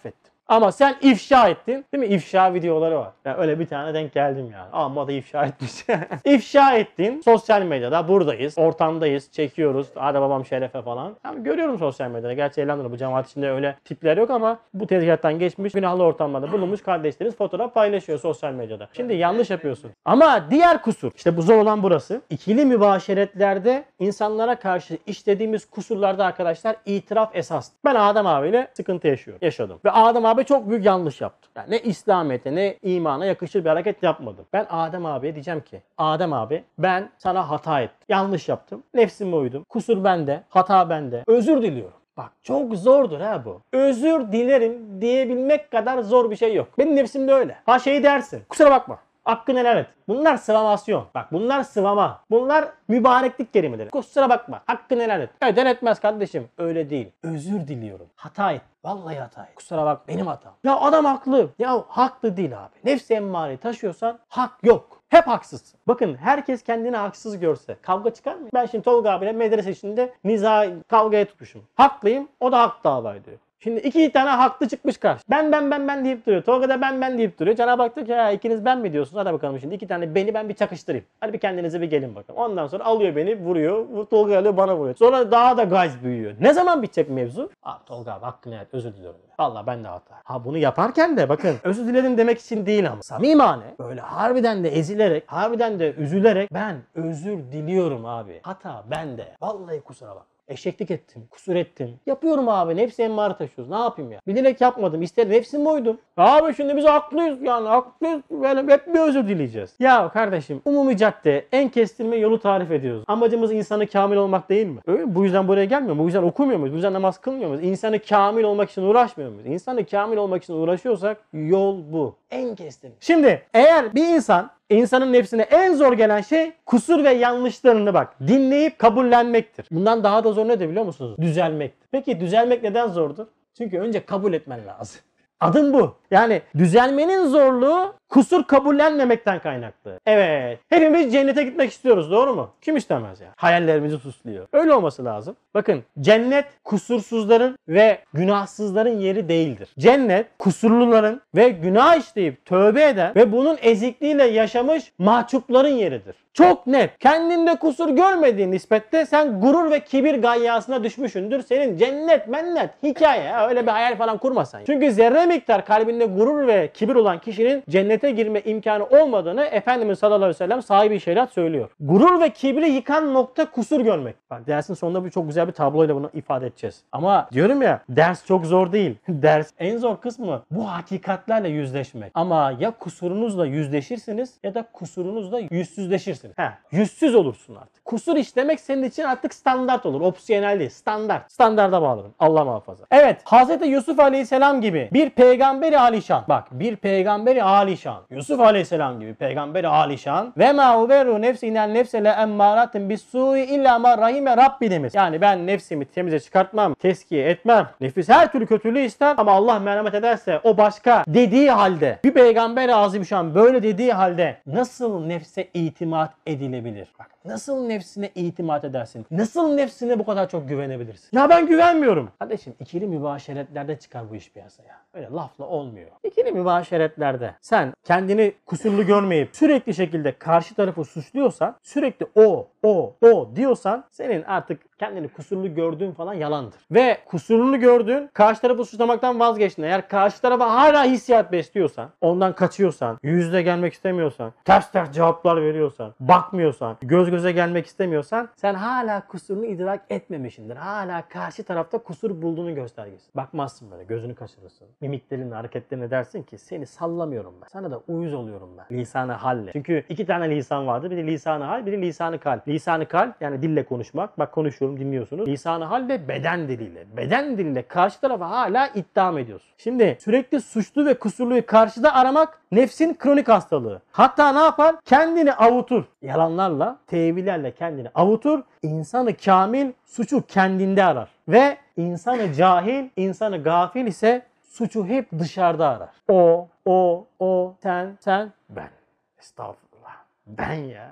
Ama sen ifşa ettin. Değil mi? İfşa videoları var. Yani öyle bir tane denk geldim yani. Amma da ifşa etmiş. İfşa ettin. Sosyal medyada buradayız. Ortamdayız. Çekiyoruz. Hadi babam şerefe falan. Yani görüyorum sosyal medyada. Gerçi Elhamdülillah bu cemaat içinde öyle tipler yok ama bu tezgahtan geçmiş, günahlı ortamlarda bulunmuş kardeşleriniz fotoğraf paylaşıyor sosyal medyada. Şimdi yanlış yapıyorsun. Ama diğer kusur, işte bu zor olan burası. İkili mübaşeretlerde insanlara karşı işlediğimiz kusurlarda arkadaşlar itiraf esas. Ben Adem abiyle sıkıntı yaşıyorum. Yaşadım. Ve Adem abi çok büyük yanlış yaptı. Yani ne İslamiyet'e ne imana yakışır bir hareket yapmadım. Ben Adem abiye diyeceğim ki Adem abi ben sana hata ettim. Yanlış yaptım. Nefsime uydum. Kusur bende. Hata bende. Özür diliyorum. Bak çok zordur ha bu. Özür dilerim diyebilmek kadar zor bir şey yok. Benim nefsimde öyle. Ha şey dersin. Kusura bakma. Hakkını helal et. Bunlar sıvamasyon. Bak bunlar sıvama. Bunlar mübareklik kelimeleri. Kusura bakma. Hakkını helal et. Eder etmez kardeşim. Öyle değil. Özür diliyorum. Hata et. Vallahi hata et. Kusura bak benim hatam. Ya adam haklı. Ya haklı değil abi. Nefsi emmareyi taşıyorsan hak yok. Hep haksızsın. Bakın herkes kendini haksız görse kavga çıkar mı? Ben şimdi Tolga abiyle medrese içinde niza kavgaya tutmuşum. Haklıyım. O da hak dava ediyor. Şimdi iki tane haklı çıkmış karşı. Ben ben ben ben deyip duruyor. Tolga da ben ben deyip duruyor. Cenab-ı Hak diyor ki ya ikiniz ben mi diyorsunuz? Hadi bakalım şimdi iki tane beni ben bir çakıştırayım. Hadi bir kendinize bir gelin bakalım. Ondan sonra alıyor beni vuruyor. Tolga alıyor bana vuruyor. Sonra daha da gaz büyüyor. Ne zaman bitecek mevzu? Aa Tolga abi hakkını evet özür diliyorum. Valla ben de hata. Ha bunu yaparken de bakın özür diledim demek için değil ama samimane böyle harbiden de ezilerek harbiden de üzülerek ben özür diliyorum abi. Hata bende. Vallahi kusura bak. Eşeklik ettim, kusur ettim. Yapıyorum abi. Nefsi emmare taşıyoruz. Ne yapayım ya? Bilerek yapmadım. İstedim. Nefsime uydum. Abi şimdi biz haklıyız yani. Haklıyız. Böyle hep bir özür dileyeceğiz. Ya kardeşim umumi cadde en kestirme yolu tarif ediyoruz. Amacımız insanı kamil olmak değil mi? Öyle mi? Bu yüzden buraya gelmiyor mu? Bu yüzden okumuyor muyuz? Bu yüzden namaz kılmıyor muyuz? İnsanı kamil olmak için uğraşmıyor muyuz? İnsanı kamil olmak için uğraşıyorsak yol bu. En kestirme. Şimdi eğer bir insan İnsanın nefsine en zor gelen şey kusur ve yanlışlarını bak dinleyip kabullenmektir. Bundan daha da zor ne de biliyor musunuz? Düzelmektir. Peki düzelmek neden zordur? Çünkü önce kabul etmen lazım. Adım bu. Yani düzelmenin zorluğu kusur kabullenmemekten kaynaklı. Evet. Hepimiz cennete gitmek istiyoruz doğru mu? Kim istemez ya? Hayallerimizi süslüyor. Öyle olması lazım. Bakın cennet kusursuzların ve günahsızların yeri değildir. Cennet kusurluların ve günah işleyip tövbe eden ve bunun ezikliğiyle yaşamış mahcupların yeridir. Çok net. Kendinde kusur görmediğin nispette sen gurur ve kibir gayyasına düşmüşsündür. Senin cennet mennet hikaye ya. Öyle bir hayal falan kurmasan. Çünkü zerre miktar kalbinde gurur ve kibir olan kişinin cennete girme imkanı olmadığını Efendimiz sallallahu aleyhi ve sellem sahibi şeriat söylüyor. Gurur ve kibri yıkan nokta kusur görmek. Bak dersin sonunda bu çok güzel bir tabloyla bunu ifade edeceğiz. Ama diyorum ya ders çok zor değil. Ders en zor kısmı bu hakikatlerle yüzleşmek. Ama ya kusurunuzla yüzleşirsiniz ya da kusurunuzla yüzsüzleşirsiniz. Heh, yüzsüz olursun artık. Kusur işlemek senin için artık standart olur. Opsiyonel değil. Standart. Standarda bağlarım. Allah muhafaza. Evet. Hazreti Yusuf Aleyhisselam gibi bir peygamberi alişan. Bak bir peygamberi alişan. Yusuf Aleyhisselam gibi peygamberi alişan. Ve ma uberu nefsi inen nefsele emmaratin bis su'i illa ma rahime Rabbimiz. Yani ben nefsimi temize çıkartmam. Teskiye etmem. Nefis her türlü kötülüğü ister ama Allah merhamet ederse o başka dediği halde bir peygamber azimüşşan böyle dediği halde nasıl nefse itimat edilebilir? Bak nasıl nefsine itimat edersin? Nasıl nefsine bu kadar çok güvenebilirsin? Ya ben güvenmiyorum. Kardeşim ikili mübaşeretlerde çıkar bu iş piyasaya. Öyle lafla olmuyor. İkili mübaşeretlerde sen kendini kusurlu görmeyip sürekli şekilde karşı tarafı suçluyorsan, sürekli o, o, o diyorsan senin artık kendini kusurlu gördüğün falan yalandır. Ve kusurlu gördüğün karşı tarafı suçlamaktan vazgeçtin. Eğer karşı tarafa hala hissiyat besliyorsan, ondan kaçıyorsan, yüzde gelmek istemiyorsan, ters ters cevaplar veriyorsan, bakmıyorsan, göz göze gelmek istemiyorsan sen hala kusurunu idrak etmemişindir. Hala karşı tarafta kusur bulduğunu göstergesi. Bakmazsın böyle gözünü kaçırırsın. Mimiklerinle hareketlerine dersin ki seni sallamıyorum ben. Sana da uyuz oluyorum ben. Lisanı halle. Çünkü iki tane lisan vardır. Bir de lisanı hal, bir de lisanı kal. Lisanı kal yani dille konuşmak. Bak konuşuyorum dinliyorsunuz. Lisanı hal de beden diliyle. Beden diliyle karşı tarafa hala iddiam ediyorsun. Şimdi sürekli suçlu ve kusurluyu karşıda aramak nefsin kronik hastalığı. Hatta ne yapar? Kendini avutur. Yalanlarla, tevillerle kendini avutur. İnsanı kamil suçu kendinde arar. Ve insanı cahil, insanı gafil ise suçu hep dışarıda arar. O, o, o, sen, sen, ben. Estağfurullah. Ben ya.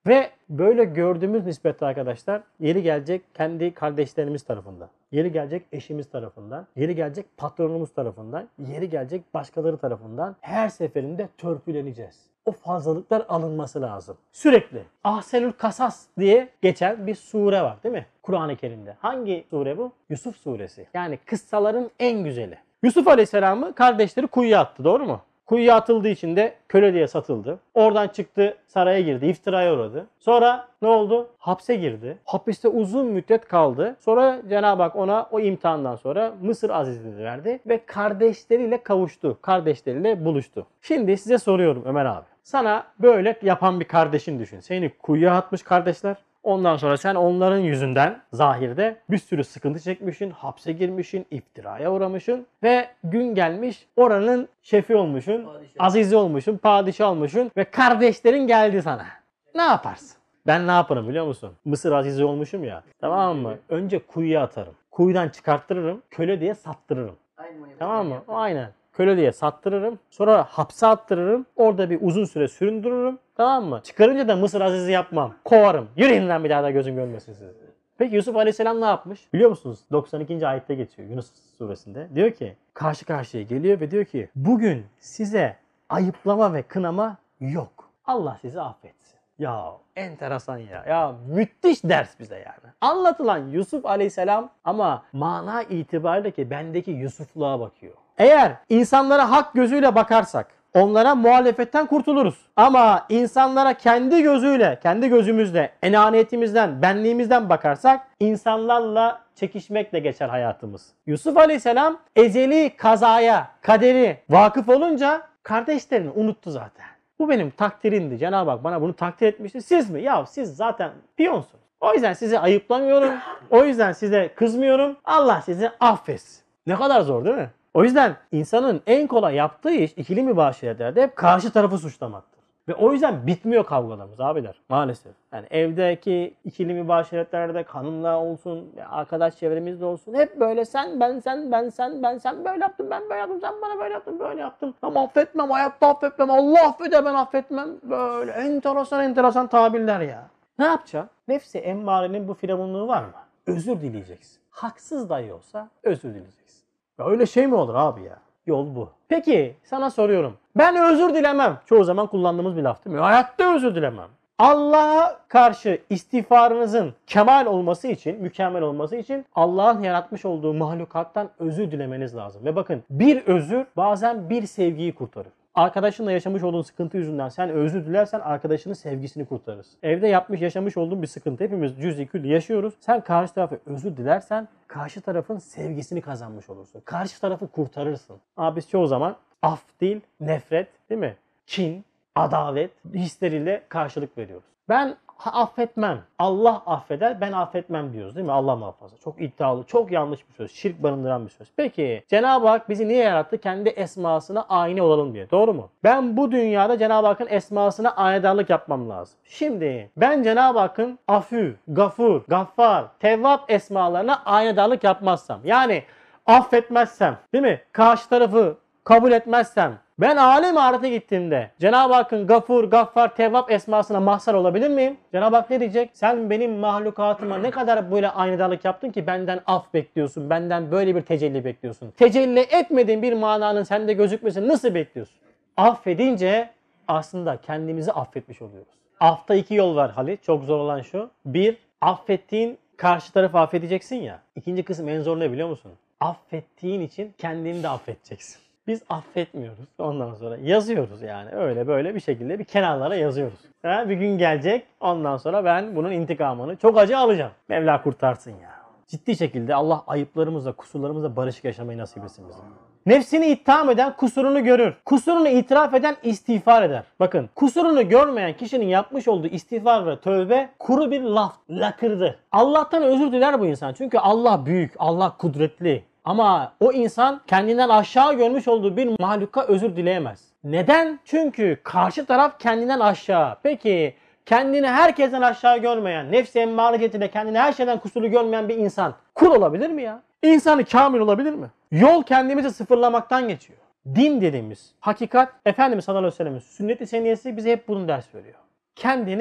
Ve böyle gördüğümüz nispette arkadaşlar yeri gelecek kendi kardeşlerimiz tarafından, yeri gelecek eşimiz tarafından, yeri gelecek patronumuz tarafından, yeri gelecek başkaları tarafından her seferinde törpüleneceğiz. O fazlalıklar alınması lazım. Sürekli. Ahsenül Kasas diye geçen bir sure var değil mi? Kur'an-ı Kerim'de. Hangi sure bu? Yusuf suresi. Yani kıssaların en güzeli. Yusuf Aleyhisselam'ı kardeşleri kuyuya attı, doğru mu? Kuyuya atıldığı için de köle diye satıldı. Oradan çıktı, saraya girdi, iftiraya uğradı. Sonra ne oldu? Hapse girdi. Hapiste uzun müddet kaldı. Sonra Cenab-ı Hak ona o imtihandan sonra Mısır azizliğini verdi ve kardeşleriyle kavuştu. Kardeşleriyle buluştu. Şimdi size soruyorum Ömer abi. Sana böyle yapan bir kardeşin düşün. Seni kuyuya atmış kardeşler. Ondan sonra sen onların yüzünden zahirde bir sürü sıkıntı çekmişsin, hapse girmişsin, iftiraya uğramışsın ve gün gelmiş oranın şefi olmuşsun, padişah. Azizi olmuşsun, padişah olmuşsun ve kardeşlerin geldi sana. Ne yaparsın? Ben ne yaparım biliyor musun? Mısır azizi olmuşum ya. Tamam mı? Önce kuyuya atarım. Kuyudan çıkarttırırım, köle diye sattırırım. Tamam mı? Aynen. Köle diye sattırırım. Sonra hapse attırırım. Orada bir uzun süre süründürürüm. Tamam mı? Çıkarınca da Mısır azizi yapmam. Kovarım. Yürüyün lan bir daha da gözüm görmesin sizi. Peki Yusuf Aleyhisselam ne yapmış? Biliyor musunuz? doksan ikinci ayette geçiyor Yunus suresinde. Diyor ki karşı karşıya geliyor ve diyor ki bugün size ayıplama ve kınama yok. Allah sizi affetsin. Ya enteresan ya. Ya müthiş ders bize yani. Anlatılan Yusuf Aleyhisselam ama mana itibariyle ki bendeki Yusufluğa bakıyor. Eğer insanlara hak gözüyle bakarsak onlara muhalefetten kurtuluruz. Ama insanlara kendi gözüyle, kendi gözümüzle, enaniyetimizden, benliğimizden bakarsak insanlarla çekişmekle geçer hayatımız. Yusuf Aleyhisselam ezeli kazaya, kaderi vakıf olunca kardeşlerini unuttu zaten. Bu benim takdirimdi. Cenab-ı Hak bana bunu takdir etmişti. Siz mi? Ya siz zaten piyonsunuz. O yüzden sizi ayıplamıyorum. O yüzden size kızmıyorum. Allah sizi affetsin. Ne kadar zor değil mi? O yüzden insanın en kolay yaptığı iş ikili mübaşiretlerde hep karşı tarafı suçlamaktır. Ve o yüzden bitmiyor kavgalarımız abiler maalesef. Yani evdeki ikili mübaşiretlerde hanımla olsun, arkadaş çevremizde olsun hep böyle sen ben sen ben sen ben sen böyle yaptın ben böyle yaptım sen bana böyle yaptın böyle yaptın. Ama affetmem hayatta affetmem Allah affeder ben affetmem. Böyle enteresan enteresan tabirler ya. Ne yapacaksın? Nefsi emmarenin bu firavunluğu var mı? Özür dileyeceksin. Haksız dahi olsa özür dileyeceksin. Ya öyle şey mi olur abi ya? Yol bu. Peki sana soruyorum. Ben özür dilemem. Çoğu zaman kullandığımız bir laf değil mi? Hayatta özür dilemem. Allah'a karşı istiğfarınızın kemal olması için, mükemmel olması için Allah'ın yaratmış olduğu mahlukattan özür dilemeniz lazım. Ve bakın bir özür bazen bir sevgiyi kurtarır. Arkadaşınla yaşamış olduğun sıkıntı yüzünden sen özür dilersen arkadaşının sevgisini kurtarırsın. Evde yapmış yaşamış olduğun bir sıkıntı hepimiz cüz-i külli yaşıyoruz. Sen karşı tarafa özür dilersen karşı tarafın sevgisini kazanmış olursun. Karşı tarafı kurtarırsın. Ama biz çoğu zaman af değil nefret değil mi? Kin, adalet hisleriyle karşılık veriyoruz. Ben affetmem. Allah affeder, ben affetmem diyoruz değil mi? Allah muhafaza. Çok iddialı, çok yanlış bir söz. Şirk barındıran bir söz. Peki Cenab-ı Hak bizi niye yarattı? Kendi esmasına ayna olalım diye. Doğru mu? Ben bu dünyada Cenab-ı Hakk'ın esmasına aynadarlık yapmam lazım. Şimdi ben Cenab-ı Hakk'ın afü, gafur, gaffar, tevvap esmalarına aynadarlık yapmazsam, yani affetmezsem, değil mi? Karşı tarafı kabul etmezsem, ben alem ahirete gittiğimde Cenab-ı Hakk'ın Gafur, Gaffar, Tevvap esmasına mahzar olabilir miyim? Cenab-ı Hak ne diyecek? Sen benim mahlukatıma ne kadar böyle aynadarlık yaptın ki benden af bekliyorsun, benden böyle bir tecelli bekliyorsun. Tecelli etmediğin bir mananın sende gözükmesini nasıl bekliyorsun? Affedince aslında kendimizi affetmiş oluyoruz. Afta iki yol var Halit. Çok zor olan şu. Bir, affettiğin karşı tarafı affedeceksin ya. İkinci kısım en zor ne biliyor musun? Affettiğin için kendini de affedeceksin. Biz affetmiyoruz. Ondan sonra yazıyoruz yani. Öyle böyle bir şekilde bir kenarlara yazıyoruz. Ha, bir gün gelecek. Ondan sonra ben bunun intikamını çok acı alacağım. Mevla kurtarsın ya. Ciddi şekilde Allah ayıplarımızla, kusurlarımızla barışık yaşamayı nasip etsin bize. Nefsini itham eden kusurunu görür. Kusurunu itiraf eden istiğfar eder. Bakın kusurunu görmeyen kişinin yapmış olduğu istiğfar ve tövbe kuru bir laf, lakırdı. Allah'tan özür diler bu insan. Çünkü Allah büyük, Allah kudretli. Ama o insan kendinden aşağı görmüş olduğu bir mahluka özür dileyemez. Neden? Çünkü karşı taraf kendinden aşağı. Peki kendini herkesten aşağı görmeyen, nefsi emmarecetiyle kendini her şeyden kusurlu görmeyen bir insan kul olabilir mi ya? İnsanı kamil olabilir mi? Yol kendimizi sıfırlamaktan geçiyor. Din dediğimiz hakikat, Efendimiz sallallahu aleyhi ve sellem'in sünnet-i seniyesi bize hep bunu ders veriyor. Kendini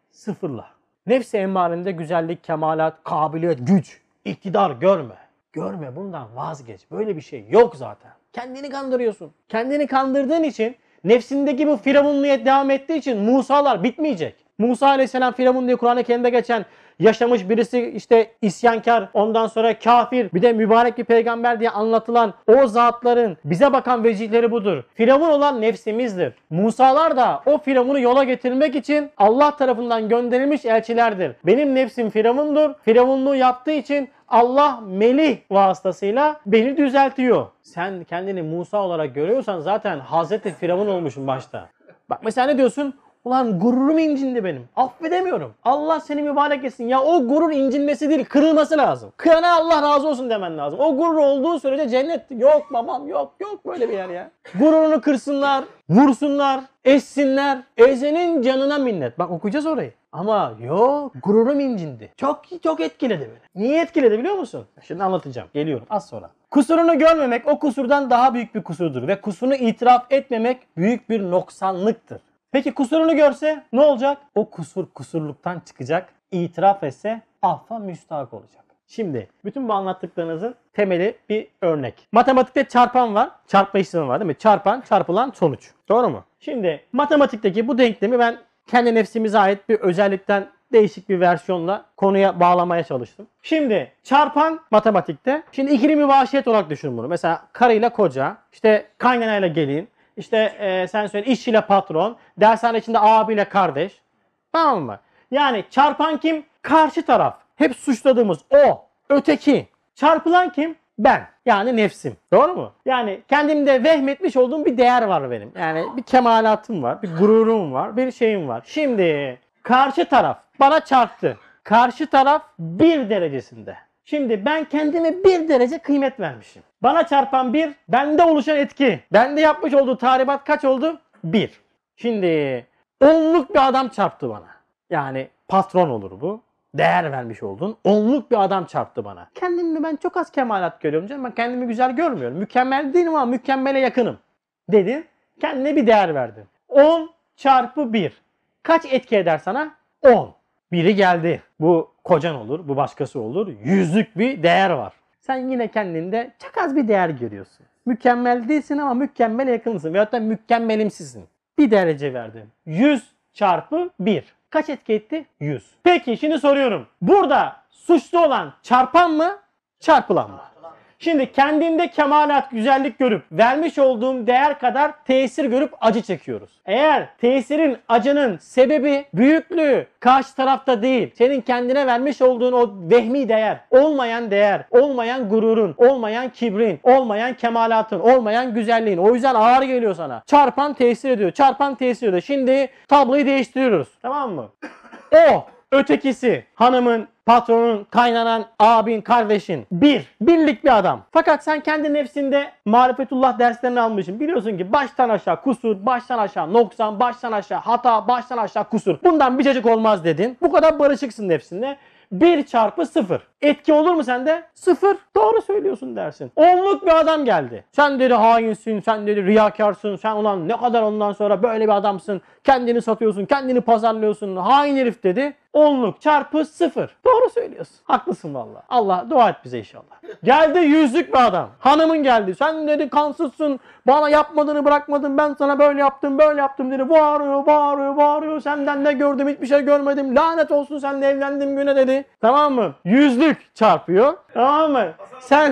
sıfırla. Nefsi emmarende güzellik, kemalat, kabiliyet, güç, iktidar görme. Görme, bundan vazgeç. Böyle bir şey yok zaten. Kendini kandırıyorsun. Kendini kandırdığın için, nefsindeki bu firavunluya devam ettiği için Musa'lar bitmeyecek. Musa Aleyhisselam Firavun diye Kur'an-ı Kerim'de geçen yaşamış birisi, işte isyankar, ondan sonra kafir, bir de mübarek bir peygamber diye anlatılan o zatların bize bakan vecihleri budur. Firavun olan nefsimizdir. Musa'lar da o Firavun'u yola getirmek için Allah tarafından gönderilmiş elçilerdir. Benim nefsim Firavun'dur. Firavunluğu yaptığı için Allah melih vasıtasıyla beni düzeltiyor. Sen kendini Musa olarak görüyorsan zaten Hazreti Firavun olmuşsun başta. Bak mesela ne diyorsun? Ulan gururum incindi benim. Affedemiyorum. Allah seni mübarek etsin. Ya o gurur incinmesi değil, kırılması lazım. Kıyana Allah razı olsun demen lazım. O gurur olduğu sürece cennet yok babam, yok yok böyle bir yer ya. Gururunu kırsınlar, vursunlar, ezsinler. Ezenin canına minnet. Bak okuyacağız orayı. Ama yok, gururum incindi. Çok çok etkiledi beni. Niye etkiledi biliyor musun? Şimdi anlatacağım. Geliyorum az sonra. Kusurunu görmemek o kusurdan daha büyük bir kusurdur. Ve kusurunu itiraf etmemek büyük bir noksanlıktır. Peki kusurunu görse ne olacak? O kusur kusurluktan çıkacak. İtiraf etse affa müstahak olacak. Şimdi bütün bu anlattıklarınızın temeli bir örnek. Matematikte çarpan var. Çarpma işlemi var değil mi? Çarpan, çarpılan sonuç. Doğru mu? Şimdi matematikteki bu denklemi ben kendi nefsimize ait bir özellikten değişik bir versiyonla konuya bağlamaya çalıştım. Şimdi çarpan matematikte. Şimdi ikili mübaşiyet olarak düşün bunu. Mesela karıyla koca, işte kaynanayla gelin. İşte e, sen söyle işçiyle patron, dershane içinde abiyle kardeş. Tamam mı? Yani çarpan kim? Karşı taraf. Hep suçladığımız o, öteki. Çarpılan kim? Ben. Yani nefsim. Doğru mu? Yani kendimde vehmetmiş olduğum bir değer var benim. Yani bir kemalatım var, bir gururum var, bir şeyim var. Şimdi karşı taraf bana çarptı. Karşı taraf bir derecesinde. Şimdi ben kendime bir derece kıymet vermişim. Bana çarpan bir, bende oluşan etki. Bende yapmış olduğu tahribat kaç oldu? Bir. Şimdi onluk bir adam çarptı bana. Yani patron olur bu. Değer vermiş oldun. Onluk bir adam çarptı bana. Kendimi ben çok az kemalat görüyorum canım. Ben kendimi güzel görmüyorum. Mükemmel değilim ama mükemmele yakınım. Dedin. Kendine bir değer verdin. on çarpı bir. Kaç etki eder sana? on. Biri geldi. Bu kocan olur, bu başkası olur. Yüzlük bir değer var. Sen yine kendinde çok az bir değer görüyorsun. Mükemmel değilsin ama mükemmele yakınsın. Veyahut da mükemmelimsizsin. Bir derece verdim. yüz çarpı bir. Kaç etki etti? yüz. Peki şimdi soruyorum. Burada suçlu olan çarpan mı? Çarpılan mı? Şimdi kendimde kemalat, güzellik görüp vermiş olduğum değer kadar tesir görüp acı çekiyoruz. Eğer tesirin, acının sebebi, büyüklüğü karşı tarafta değil, senin kendine vermiş olduğun o vehmi değer, olmayan değer, olmayan gururun, olmayan kibrin, olmayan kemalatın, olmayan güzelliğin. O yüzden ağır geliyor sana. Çarpan tesir ediyor, çarpan tesir ediyor. Şimdi tabloyu değiştiriyoruz. Tamam mı? O, ötekisi, hanımın, patronun, kaynanan, abin, kardeşin. Bir. Birlik bir adam. Fakat sen kendi nefsinde marifetullah derslerini almışsın. Biliyorsun ki baştan aşağı kusur, baştan aşağı noksan, baştan aşağı hata, baştan aşağı kusur. Bundan bir cacık olmaz dedin. Bu kadar barışıksın nefsinde. bir çarpı sıfır. Etki olur mu sende? sıfır. Doğru söylüyorsun dersin. Onluk bir adam geldi. Sen dedi hainsin, sen dedi riyakarsın, sen ulan ne kadar ondan sonra böyle bir adamsın. Kendini satıyorsun, kendini pazarlıyorsun. Hain herif dedi. Onluk çarpı sıfır. Doğru söylüyorsun. Haklısın valla. Allah dua et bize inşallah. Geldi yüzlük bir adam. Hanımın geldi. Sen dedi kansızsın. Bana yapmadığını bırakmadın. Ben sana böyle yaptım, böyle yaptım dedi. Bağırıyor, bağırıyor, bağırıyor. Senden ne gördüm, hiçbir şey görmedim. Lanet olsun seninle evlendim güne dedi. Tamam mı? Yüzlük çarpıyor. Tamam mı? Sen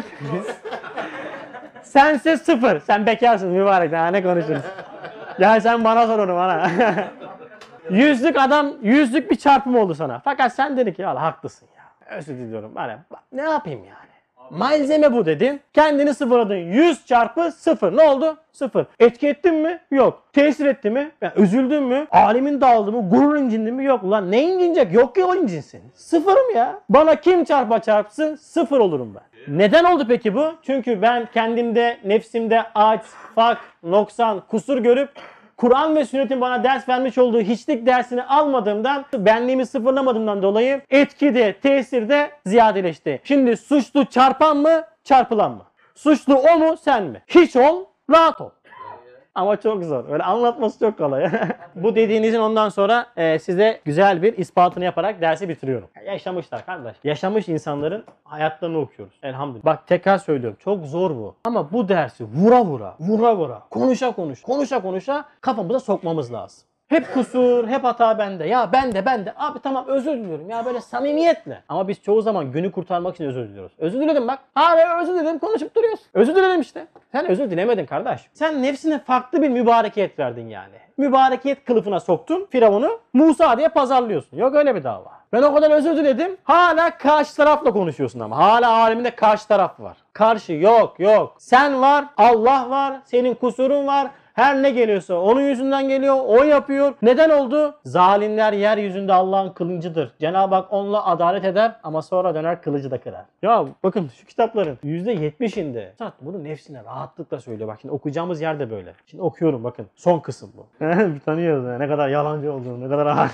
sense sıfır. Sen bekarsın mübarek. Daha ne konuşuruz? Ya sen bana sor onu bana. Yüzlük adam, yüzlük bir çarpım oldu sana. Fakat sen dedin ki ya haklısın ya. Özür diliyorum. Hani, ne yapayım yani? Malzeme bu dedin. Kendini sıfırladın. yüz çarpı sıfır. Ne oldu? sıfır. Etki ettin mi? Yok. Tesir etti mi? Yani üzüldün mü? Alemin dağıldı mı? Gurur incindi mi? Yok. Ulan ne incinecek? Yok ki o incinsin. Sıfırım ya. Bana kim çarpa çarpsın? Sıfır olurum ben. Neden oldu peki bu? Çünkü ben kendimde, nefsimde aç, fak, noksan, kusur görüp Kur'an ve sünnetin bana ders vermiş olduğu hiçlik dersini almadığımdan, benliğimi sıfırlamadığımdan dolayı etki de, tesir de ziyadeleşti. Şimdi suçlu çarpan mı, çarpılan mı? Suçlu o mu, sen mi? Hiç ol, rahat ol. Ama çok zor. Öyle anlatması çok kolay. Bu dediğinizin ondan sonra e, size güzel bir ispatını yaparak dersi bitiriyorum. Yaşamışlar kardeş. Yaşamış insanların hayatlarını okuyoruz. Elhamdülillah. Bak tekrar söylüyorum. Çok zor bu. Ama bu dersi vura vura, vura vura, konuşa konuş, konuşa konuşa kafamıza sokmamız lazım. Hep kusur, hep hata bende. Ya bende, bende. Abi tamam özür diliyorum. Ya böyle samimiyetle. Ama biz çoğu zaman günü kurtarmak için özür diliyoruz. Özür diledim bak. Ha ben özür diledim konuşup duruyoruz. Özür diledim işte. Sen özür dilemedin kardeş. Sen nefsine farklı bir mübarekiyet verdin yani. Mübarekiyet kılıfına soktun Firavun'u. Musa diye pazarlıyorsun. Yok öyle bir dava. Ben o kadar özür diledim. Hala karşı tarafla konuşuyorsun ama. Hala aleminde karşı taraf var. Karşı yok yok. Sen var, Allah var, senin kusurun var. Her ne geliyorsa onun yüzünden geliyor, o yapıyor. Neden oldu? Zalimler yeryüzünde Allah'ın kılıncıdır. Cenab-ı Hak onunla adalet eder ama sonra döner kılıcı da kırar. Ya bakın şu kitapların yüzde yetmişinde bunu nefsine rahatlıkla söylüyor. Bak şimdi okuyacağımız yer de böyle. Şimdi okuyorum bakın. Son kısım bu. Tanıyoruz ya ne kadar yalancı olduğunu, ne kadar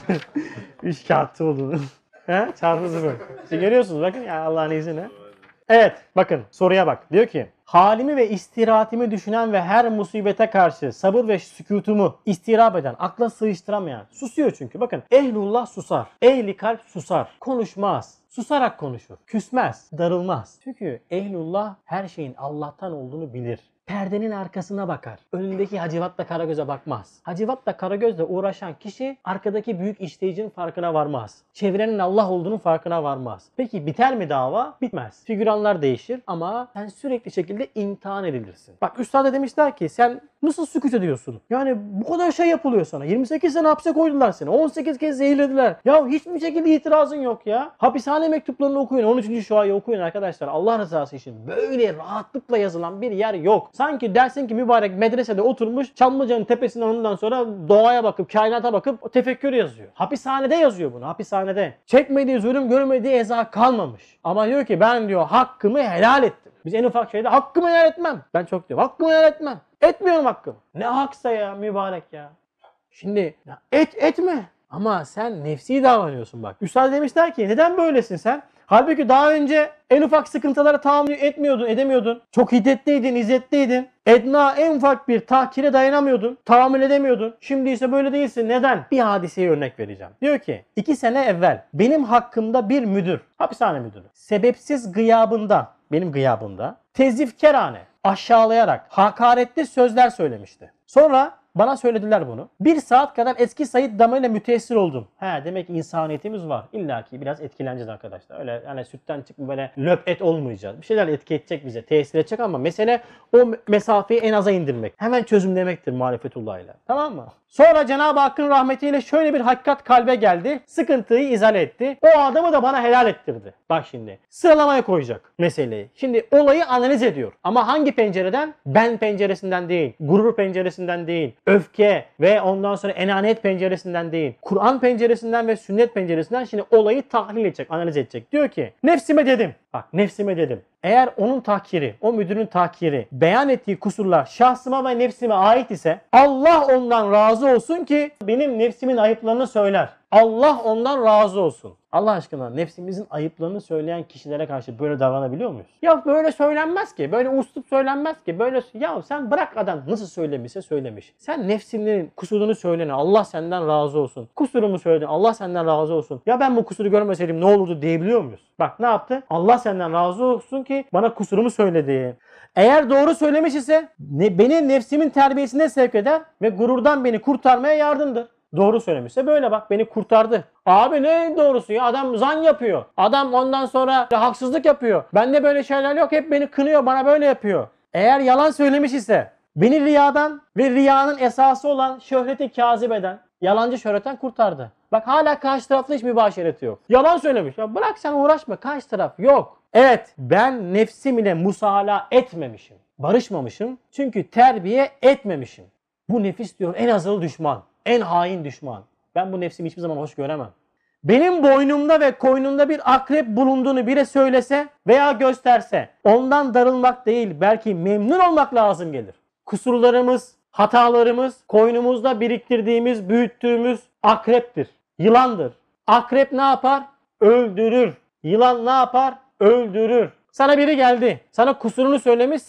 üç kağıtçı olduğunu. Çarpı sıfır. İşte görüyorsunuz bakın ya Allah'ın izniyle. Evet bakın soruya bak. Diyor ki halimi ve istirahatimi düşünen ve her musibete karşı sabır ve sükutumu istirap eden, akla sığıştıramayan, susuyor çünkü. Bakın ehlullah susar, ehli kalp susar, konuşmaz, susarak konuşur, küsmez, darılmaz. Çünkü ehlullah her şeyin Allah'tan olduğunu bilir. Perdenin arkasına bakar. Önündeki Hacivat'la Karagöz'e bakmaz. Hacivat'la Karagöz'le uğraşan kişi arkadaki büyük işleyicinin farkına varmaz. Çevrenin Allah olduğunun farkına varmaz. Peki biter mi dava? Bitmez. Figüranlar değişir ama sen sürekli şekilde imtihan edilirsin. Bak üstada demişler ki sen nasıl sükût ediyorsun? Yani bu kadar şey yapılıyor sana. yirmi sekiz sene hapse koydular seni. on sekiz kez zehirlediler. Ya hiçbir şekilde itirazın yok ya. Hapishane mektuplarını okuyun. on üçüncü şuayı okuyun arkadaşlar. Allah rızası için. Böyle rahatlıkla yazılan bir yer yok. Sanki dersin ki mübarek medresede oturmuş Çamlıca'nın tepesinden ondan sonra doğaya bakıp, kainata bakıp o tefekkür yazıyor. Hapishanede yazıyor bunu. Hapishanede. Çekmediği zulüm, görmediği eza kalmamış. Ama diyor ki ben diyor hakkımı helal ettim. Biz en ufak şeyde hakkımı helal etmem. Ben çok diyorum. Hakkımı helal etmem. Etmiyorum hakkımı. Ne haksa ya mübarek ya. Şimdi ya et etme. Ama sen nefsi davranıyorsun bak. Üstad demişler ki neden böylesin sen? Halbuki daha önce en ufak sıkıntılara tahammül etmiyordun, edemiyordun. Çok hiddetliydin, izzetliydin. Edna en ufak bir tahkire dayanamıyordun. Tahammül edemiyordun. Şimdi ise böyle değilsin. Neden? Bir hadiseye örnek vereceğim. Diyor ki iki sene evvel benim hakkımda bir müdür, hapishane müdürü, sebepsiz gıyabında, benim gıyabımda tezifkerane, aşağılayarak hakaretli sözler söylemişti. Sonra bana söylediler bunu. Bir saat kadar eski Said damarıyla müteessir oldum. He demek ki insaniyetimiz var. İlla ki biraz etkileneceğiz arkadaşlar. Öyle hani sütten çıkıp böyle löp et olmayacağız. Bir şeyler etki edecek bize, tesir edecek ama mesele o mesafeyi en aza indirmek. Hemen çözümlemektir marifetullah ile. Tamam mı? Sonra Cenab-ı Hakk'ın rahmetiyle şöyle bir hakikat kalbe geldi. Sıkıntıyı izale etti. O adamı da bana helal ettirdi. Bak şimdi sıralamaya koyacak meseleyi. Şimdi olayı analiz ediyor. Ama hangi pencereden? Ben penceresinden değil. Gurur penceresinden değil. Öfke ve ondan sonra enaniyet penceresinden değil. Kur'an penceresinden ve sünnet penceresinden şimdi olayı tahlil edecek, analiz edecek. Diyor ki nefsime dedim. Bak nefsime dedim. Eğer onun tahkiri, o müdürün tahkiri, beyan ettiği kusurlar şahsıma ve nefsime ait ise Allah ondan razı olsun ki benim nefsimin ayıplarını söyler. Allah ondan razı olsun. Allah aşkına nefsimizin ayıplarını söyleyen kişilere karşı böyle davranabiliyor muyuz? Ya böyle söylenmez ki. Böyle uslup söylenmez ki. Böyle ya sen bırak adam nasıl söylemişse söylemiş. Sen nefsinin kusurunu söylene. Allah senden razı olsun. Kusurumu söyledin. Allah senden razı olsun. Ya ben bu kusuru görmeseydim ne olurdu diyebiliyor muyuz? Bak ne yaptı? Allah senden razı olsun ki bana kusurumu söyledi. Eğer doğru söylemiş ise ne, beni nefsimin terbiyesine sevk eder ve gururdan beni kurtarmaya yardımdır. Doğru söylemişse böyle bak beni kurtardı. Abi ne doğrusu ya adam zan yapıyor. Adam ondan sonra haksızlık yapıyor. Bende böyle şeyler yok hep beni kınıyor bana böyle yapıyor. Eğer yalan söylemiş ise beni riyadan ve riyanın esası olan şöhreti kazibeden, yalancı şöhretten kurtardı. Bak hala karşı tarafta hiç mübaşereti yok. Yalan söylemiş. Ya bırak sen uğraşma karşı taraf yok. Evet ben nefsim ile musala etmemişim. Barışmamışım. Çünkü terbiye etmemişim. Bu nefis diyor en azılı düşman. En hain düşman. Ben bu nefsimi hiçbir zaman hoş göremem. Benim boynumda ve koynumda bir akrep bulunduğunu biri söylese veya gösterse ondan darılmak değil belki memnun olmak lazım gelir. Kusurlarımız, hatalarımız koynumuzda biriktirdiğimiz, büyüttüğümüz akreptir. Yılandır. Akrep ne yapar? Öldürür. Yılan ne yapar? Öldürür. Sana biri geldi. Sana kusurunu söylemişse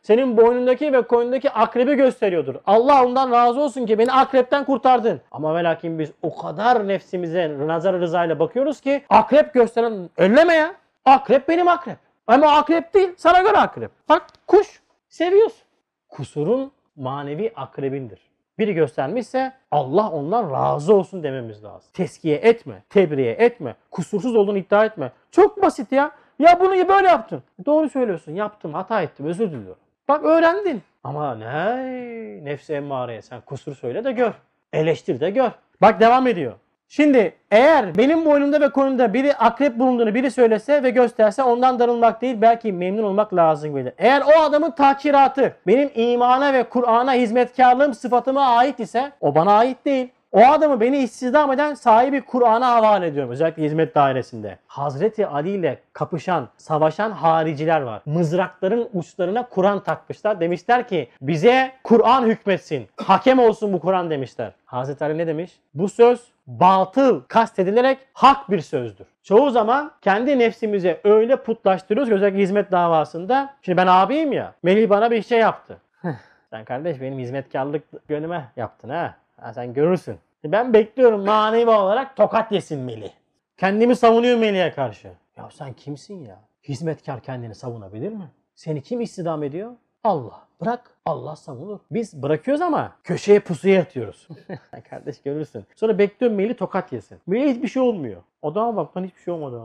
senin boynundaki ve koynundaki akrebi gösteriyordur. Allah ondan razı olsun ki beni akrepten kurtardın. Ama ve lakin biz o kadar nefsimize nazar rızayla bakıyoruz ki akrep gösteren elleme ya. Akrep benim akrep. Ama akrep değil, sana göre akrep. Bak kuş seviyorsun. Kusurun manevi akrebindir. Biri göstermişse Allah ondan razı olsun dememiz lazım. Teskiye etme, tebriye etme, kusursuz olduğunu iddia etme. Çok basit ya. Ya bunu böyle yaptın. Doğru söylüyorsun. Yaptım, hata ettim, özür diliyorum. Bak öğrendin. Ama ne? Nefsi emmareye sen kusur söyle de gör. Eleştir de gör. Bak devam ediyor. Şimdi eğer benim boynumda ve koynumda biri akrep bulunduğunu biri söylese ve gösterse ondan darılmak değil belki memnun olmak lazım gelir. Eğer o adamın takiratı benim imana ve Kur'an'a hizmetkarlığım sıfatıma ait ise o bana ait değil. O adamı beni istihdam eden sahibi Kur'an'a havale ediyorum. Özellikle hizmet dairesinde. Hazreti Ali ile kapışan, savaşan hariciler var. Mızrakların uçlarına Kur'an takmışlar. Demişler ki bize Kur'an hükmetsin. Hakem olsun bu Kur'an demişler. Hazreti Ali ne demiş? Bu söz batıl kastedilerek hak bir sözdür. Çoğu zaman kendi nefsimize öyle putlaştırıyoruz ki özellikle hizmet davasında. Şimdi ben abiyim ya. Melih bana bir şey yaptı. Sen kardeş benim hizmetkarlık gönlüme yaptın ha. Ha, sen görürsün. Ben bekliyorum manevi olarak tokat yesin Melih. Kendimi savunuyor Melih'e karşı. Ya sen kimsin ya? Hizmetkar kendini savunabilir mi? Seni kim istihdam ediyor? Allah. Bırak. Allah savunur. Biz bırakıyoruz ama köşeye pusuya yatıyoruz. Kardeş görürsün. Sonra bekliyorum Melih tokat yesin. Melih hiçbir şey olmuyor. Adama bak lan hiçbir şey olmadı.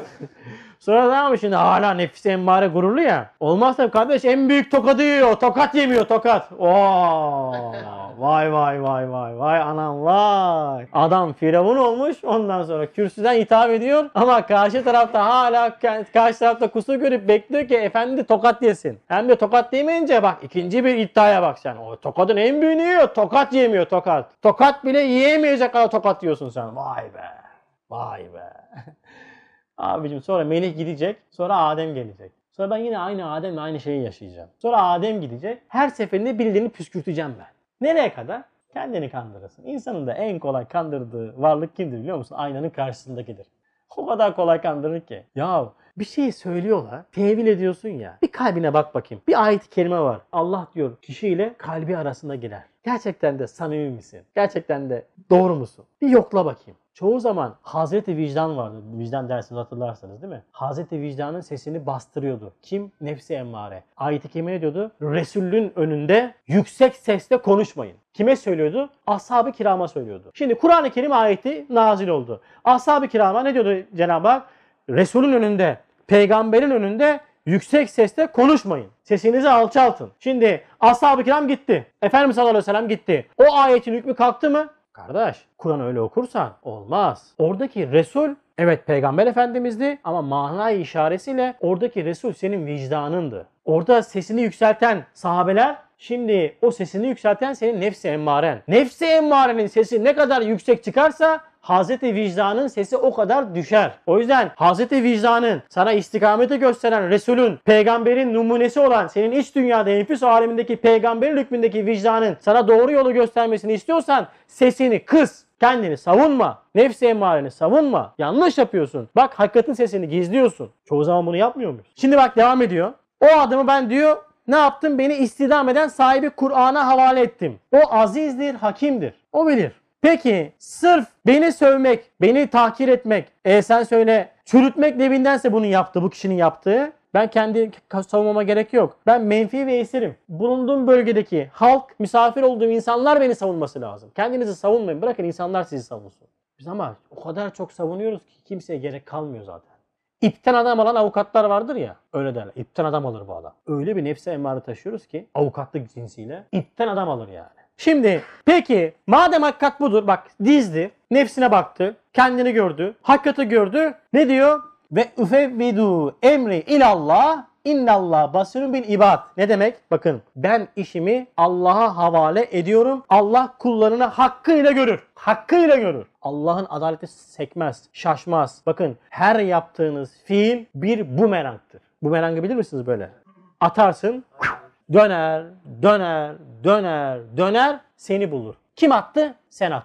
Sonra da ama şimdi hala nefis emmare gururlu ya. Olmazsa kardeş en büyük tokadı yiyor. Tokat yemiyor tokat. Oo, vay vay vay vay vay anam vay. Adam firavun olmuş ondan sonra kürsüden hitap ediyor. Ama karşı tarafta hala karşı tarafta kusur görüp bekliyor ki efendi tokat yesin. Hem de tokat yemeyince bak ikinci bir iddiaya bak sen. O tokadın en büyüğünü yiyor. Tokat yemiyor tokat. Tokat bile yiyemeyecek kadar tokat yiyorsun sen. Vay be. Vay be. Abicim sonra Melih gidecek. Sonra Adem gelecek. Sonra ben yine aynı Adem'le aynı şeyi yaşayacağım. Sonra Adem gidecek. Her seferinde birilerini püskürteceğim ben. Nereye kadar? Kendini kandırırsın. İnsanın da en kolay kandırdığı varlık kimdir biliyor musun? Aynanın karşısındakidir. O kadar kolay kandırır ki. Ya bir şeyi söylüyorlar. Tevil ediyorsun ya. Bir kalbine bak bakayım. Bir ayet-i kerime var. Allah diyor kişiyle kalbi arasında girer. Gerçekten de samimi misin? Gerçekten de doğru musun? Bir yokla bakayım. Çoğu zaman Hazreti Vicdan vardı. Vicdan dersini hatırlarsanız değil mi? Hazreti Vicdan'ın sesini bastırıyordu. Kim? Nefsi emmare. Ayet-i kerime ne diyordu? Resulün önünde yüksek sesle konuşmayın. Kime söylüyordu? Ashab-ı kirama söylüyordu. Şimdi Kur'an-ı Kerim ayeti nazil oldu. Ashab-ı kirama ne diyordu Cenab-ı Hak? Resulün önünde, peygamberin önünde yüksek sesle konuşmayın. Sesinizi alçaltın. Şimdi ashab-ı kiram gitti. Efendimiz sallallahu aleyhi ve sellem gitti. O ayetin hükmü kalktı mı? Kardeş, Kur'an'ı öyle okursan olmaz. Oradaki Resul, evet Peygamber Efendimiz'di ama manayı işaretiyle oradaki Resul senin vicdanındı. Orada sesini yükselten sahabeler, şimdi o sesini yükselten senin nefsi emmaren. Nefsi emmarenin sesi ne kadar yüksek çıkarsa Hazreti Vicdan'ın sesi o kadar düşer. O yüzden Hazreti Vicdan'ın sana istikameti gösteren Resul'ün, peygamberin numunesi olan senin iç dünyada enfüs alemindeki peygamberin hükmündeki vicdanın sana doğru yolu göstermesini istiyorsan sesini kıs. Kendini savunma. Nefsi emmareni savunma. Yanlış yapıyorsun. Bak hakikatin sesini gizliyorsun. Çoğu zaman bunu yapmıyor muyuz? Şimdi bak devam ediyor. O adamı ben diyor ne yaptım? Beni istihdam eden sahibi Kur'an'a havale ettim. O azizdir, hakimdir. O bilir. Peki sırf beni sövmek, beni tahkir etmek, e sen söyle çürütmek nevindense bunu yaptı, bu kişinin yaptığı. Ben kendi savunmama gerek yok. Ben menfi ve esirim. Bulunduğum bölgedeki halk, misafir olduğum insanlar beni savunması lazım. Kendinizi savunmayın. Bırakın insanlar sizi savunsun. Biz ama o kadar çok savunuyoruz ki kimseye gerek kalmıyor zaten. İpten adam alan avukatlar vardır ya. Öyle derler. İpten adam alır bu adam. Öyle bir nefse emmare taşıyoruz ki avukatlık cinsiyle. İpten adam alır yani. Şimdi peki madem hakikat budur bak dizdi, nefsine baktı, kendini gördü, hakikati gördü. Ne diyor? Ve üfevvidu emri ilallah innallah basirun bil ibad. Ne demek? Bakın ben işimi Allah'a havale ediyorum. Allah kullarını hakkıyla görür. Hakkıyla görür. Allah'ın adaleti sekmez, şaşmaz. Bakın her yaptığınız fiil bir bumerangtır. Bumerangı bilir misiniz böyle? Atarsın, döner, döner, döner, döner seni bulur. Kim attı? Sen attın.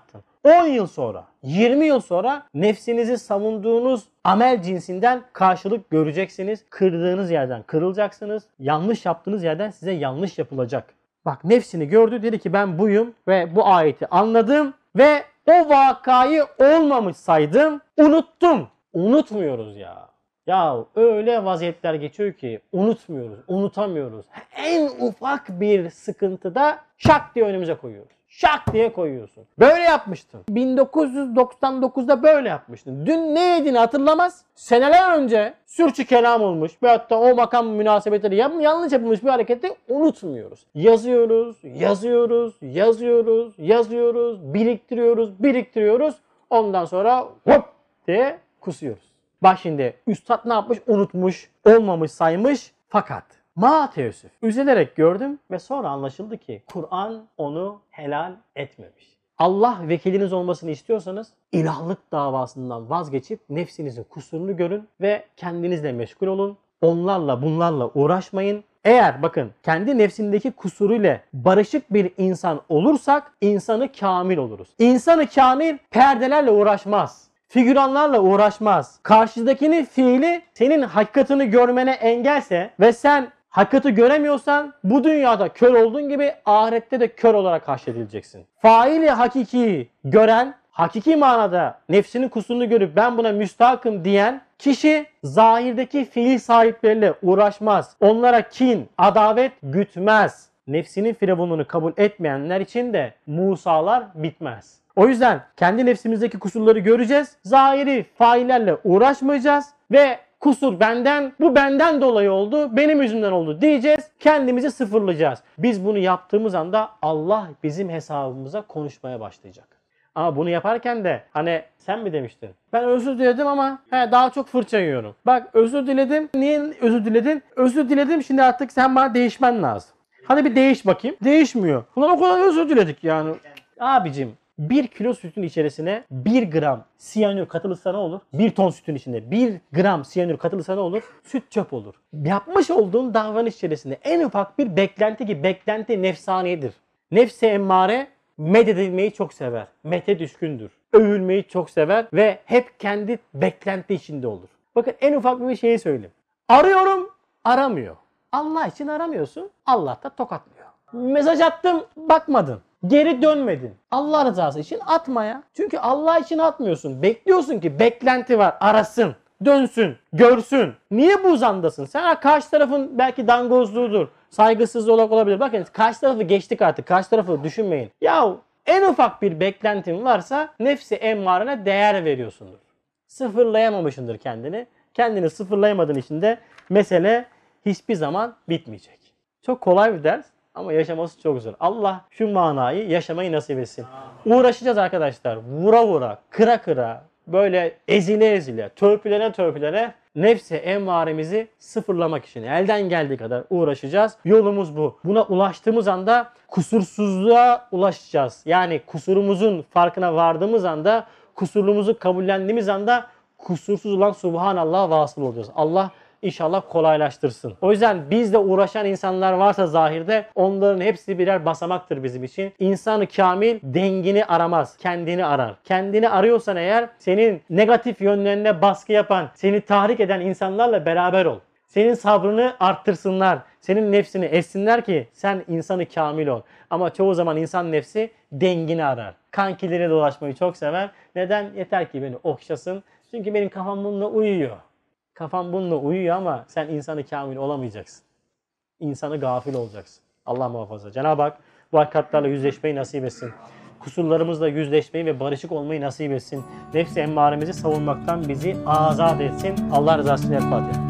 on yıl sonra, yirmi yıl sonra nefsinizi savunduğunuz amel cinsinden karşılık göreceksiniz. Kırdığınız yerden kırılacaksınız. Yanlış yaptığınız yerden size yanlış yapılacak. Bak nefsini gördü, dedi ki ben buyum ve bu ayeti anladım ve o vakayı olmamış saydım, unuttum. Unutmuyoruz ya. Ya öyle vaziyetler geçiyor ki unutmuyoruz, unutamıyoruz. En ufak bir sıkıntıda şak diye önümüze koyuyoruz. Şak diye koyuyorsun. Böyle yapmıştın. bin dokuz yüz doksan dokuzda böyle yapmıştın. Dün ne yediğini hatırlamaz. Seneler önce sürçü kelam olmuş ve hatta o makam münasebetleri yanlış yapılmış bir hareketi unutmuyoruz. Yazıyoruz, yazıyoruz, yazıyoruz, yazıyoruz, biriktiriyoruz, biriktiriyoruz. Ondan sonra hop diye kusuyoruz. Bak şimdi üstad ne yapmış? Unutmuş, olmamış saymış fakat ma teessüf. Üzülerek gördüm ve sonra anlaşıldı ki Kur'an onu helal etmemiş. Allah vekiliniz olmasını istiyorsanız ilahlık davasından vazgeçip nefsinizin kusurunu görün ve kendinizle meşgul olun. Onlarla bunlarla uğraşmayın. Eğer bakın kendi nefsindeki kusuruyla barışık bir insan olursak insanı kamil oluruz. İnsanı kamil perdelerle uğraşmaz. Figüranlarla uğraşmaz. Karşıdakinin fiili senin hakikatini görmene engelse ve sen hakikati göremiyorsan bu dünyada kör olduğun gibi ahirette de kör olarak haşredileceksin. Faili hakiki gören, hakiki manada nefsinin kusurunu görüp ben buna müstahakım diyen kişi zahirdeki fiil sahipleriyle uğraşmaz. Onlara kin, adavet gütmez. Nefsinin firavunluğunu kabul etmeyenler için de Musalar bitmez. O yüzden kendi nefsimizdeki kusurları göreceğiz. Zahiri faillerle uğraşmayacağız ve kusur benden, bu benden dolayı oldu, benim yüzümden oldu diyeceğiz. Kendimizi sıfırlayacağız. Biz bunu yaptığımız anda Allah bizim hesabımıza konuşmaya başlayacak. Ama bunu yaparken de hani sen mi demiştin? Ben özür diledim ama he, daha çok fırça yiyorum. Bak özür diledim. Niye özür diledin? Özür diledim, şimdi artık sen bana değişmen lazım. Hadi bir değiş bakayım. Değişmiyor. Ulan o kadar özür diledik yani. Abicim bir kilo sütün içerisine bir gram siyanür katılırsa ne olur? bir ton sütün içinde bir gram siyanür katılırsa ne olur? Süt çöp olur. Yapmış olduğun davranış içerisinde en ufak bir beklenti ki beklenti nefsaniyedir. Nefse emmare mededilmeyi çok sever. Mete düşkündür. Övülmeyi çok sever ve hep kendi beklenti içinde olur. Bakın en ufak bir şeyi söyleyeyim. Arıyorum, aramıyor. Allah için aramıyorsun, Allah da tokatlıyor. Mesaj attım, bakmadın. Geri dönmedin. Allah rızası için atma ya. Çünkü Allah için atmıyorsun. Bekliyorsun ki beklenti var. Arasın, dönsün, görsün. Niye bu zandasın? Sen karşı tarafın belki dangozluğudur. Saygısız olarak olabilir. Bakın karşı tarafı geçtik artık. Karşı tarafı düşünmeyin. Ya en ufak bir beklentin varsa nefsi emmarene değer veriyorsundur. Sıfırlayamamışındır kendini. Kendini sıfırlayamadığın için de mesele hiçbir zaman bitmeyecek. Çok kolay bir ders. Ama yaşaması çok zor. Allah şu manayı yaşamayı nasip etsin. Uğraşacağız arkadaşlar. Vura vura, kıra kıra, böyle ezile ezile, törpülene törpülene nefsi emmaremizi sıfırlamak için elden geldiği kadar uğraşacağız. Yolumuz bu. Buna ulaştığımız anda kusursuzluğa ulaşacağız. Yani kusurumuzun farkına vardığımız anda, kusurluğumuzu kabullendiğimiz anda kusursuz olan Subhanallah vasıl olacağız. Allah İnşallah kolaylaştırsın. O yüzden bizle uğraşan insanlar varsa zahirde onların hepsi birer basamaktır bizim için. İnsanı kamil dengini aramaz, kendini arar. Kendini arıyorsan eğer senin negatif yönlerine baskı yapan, seni tahrik eden insanlarla beraber ol. Senin sabrını arttırsınlar, senin nefsini essinler ki sen insanı kamil ol. Ama çoğu zaman insan nefsi dengini arar. Kankileri dolaşmayı çok sever. Neden? Yeter ki beni okşasın. Çünkü benim kafam bununla uyuyor. Kafan bununla uyuyor ama sen insanı kamil olamayacaksın. İnsanı gafil olacaksın. Allah muhafaza. Cenab-ı Hak bu hakikatlerle yüzleşmeyi nasip etsin. Kusurlarımızla yüzleşmeyi ve barışık olmayı nasip etsin. Nefsi emmaremizi savunmaktan bizi azat etsin. Allah rızası için El Fatiha.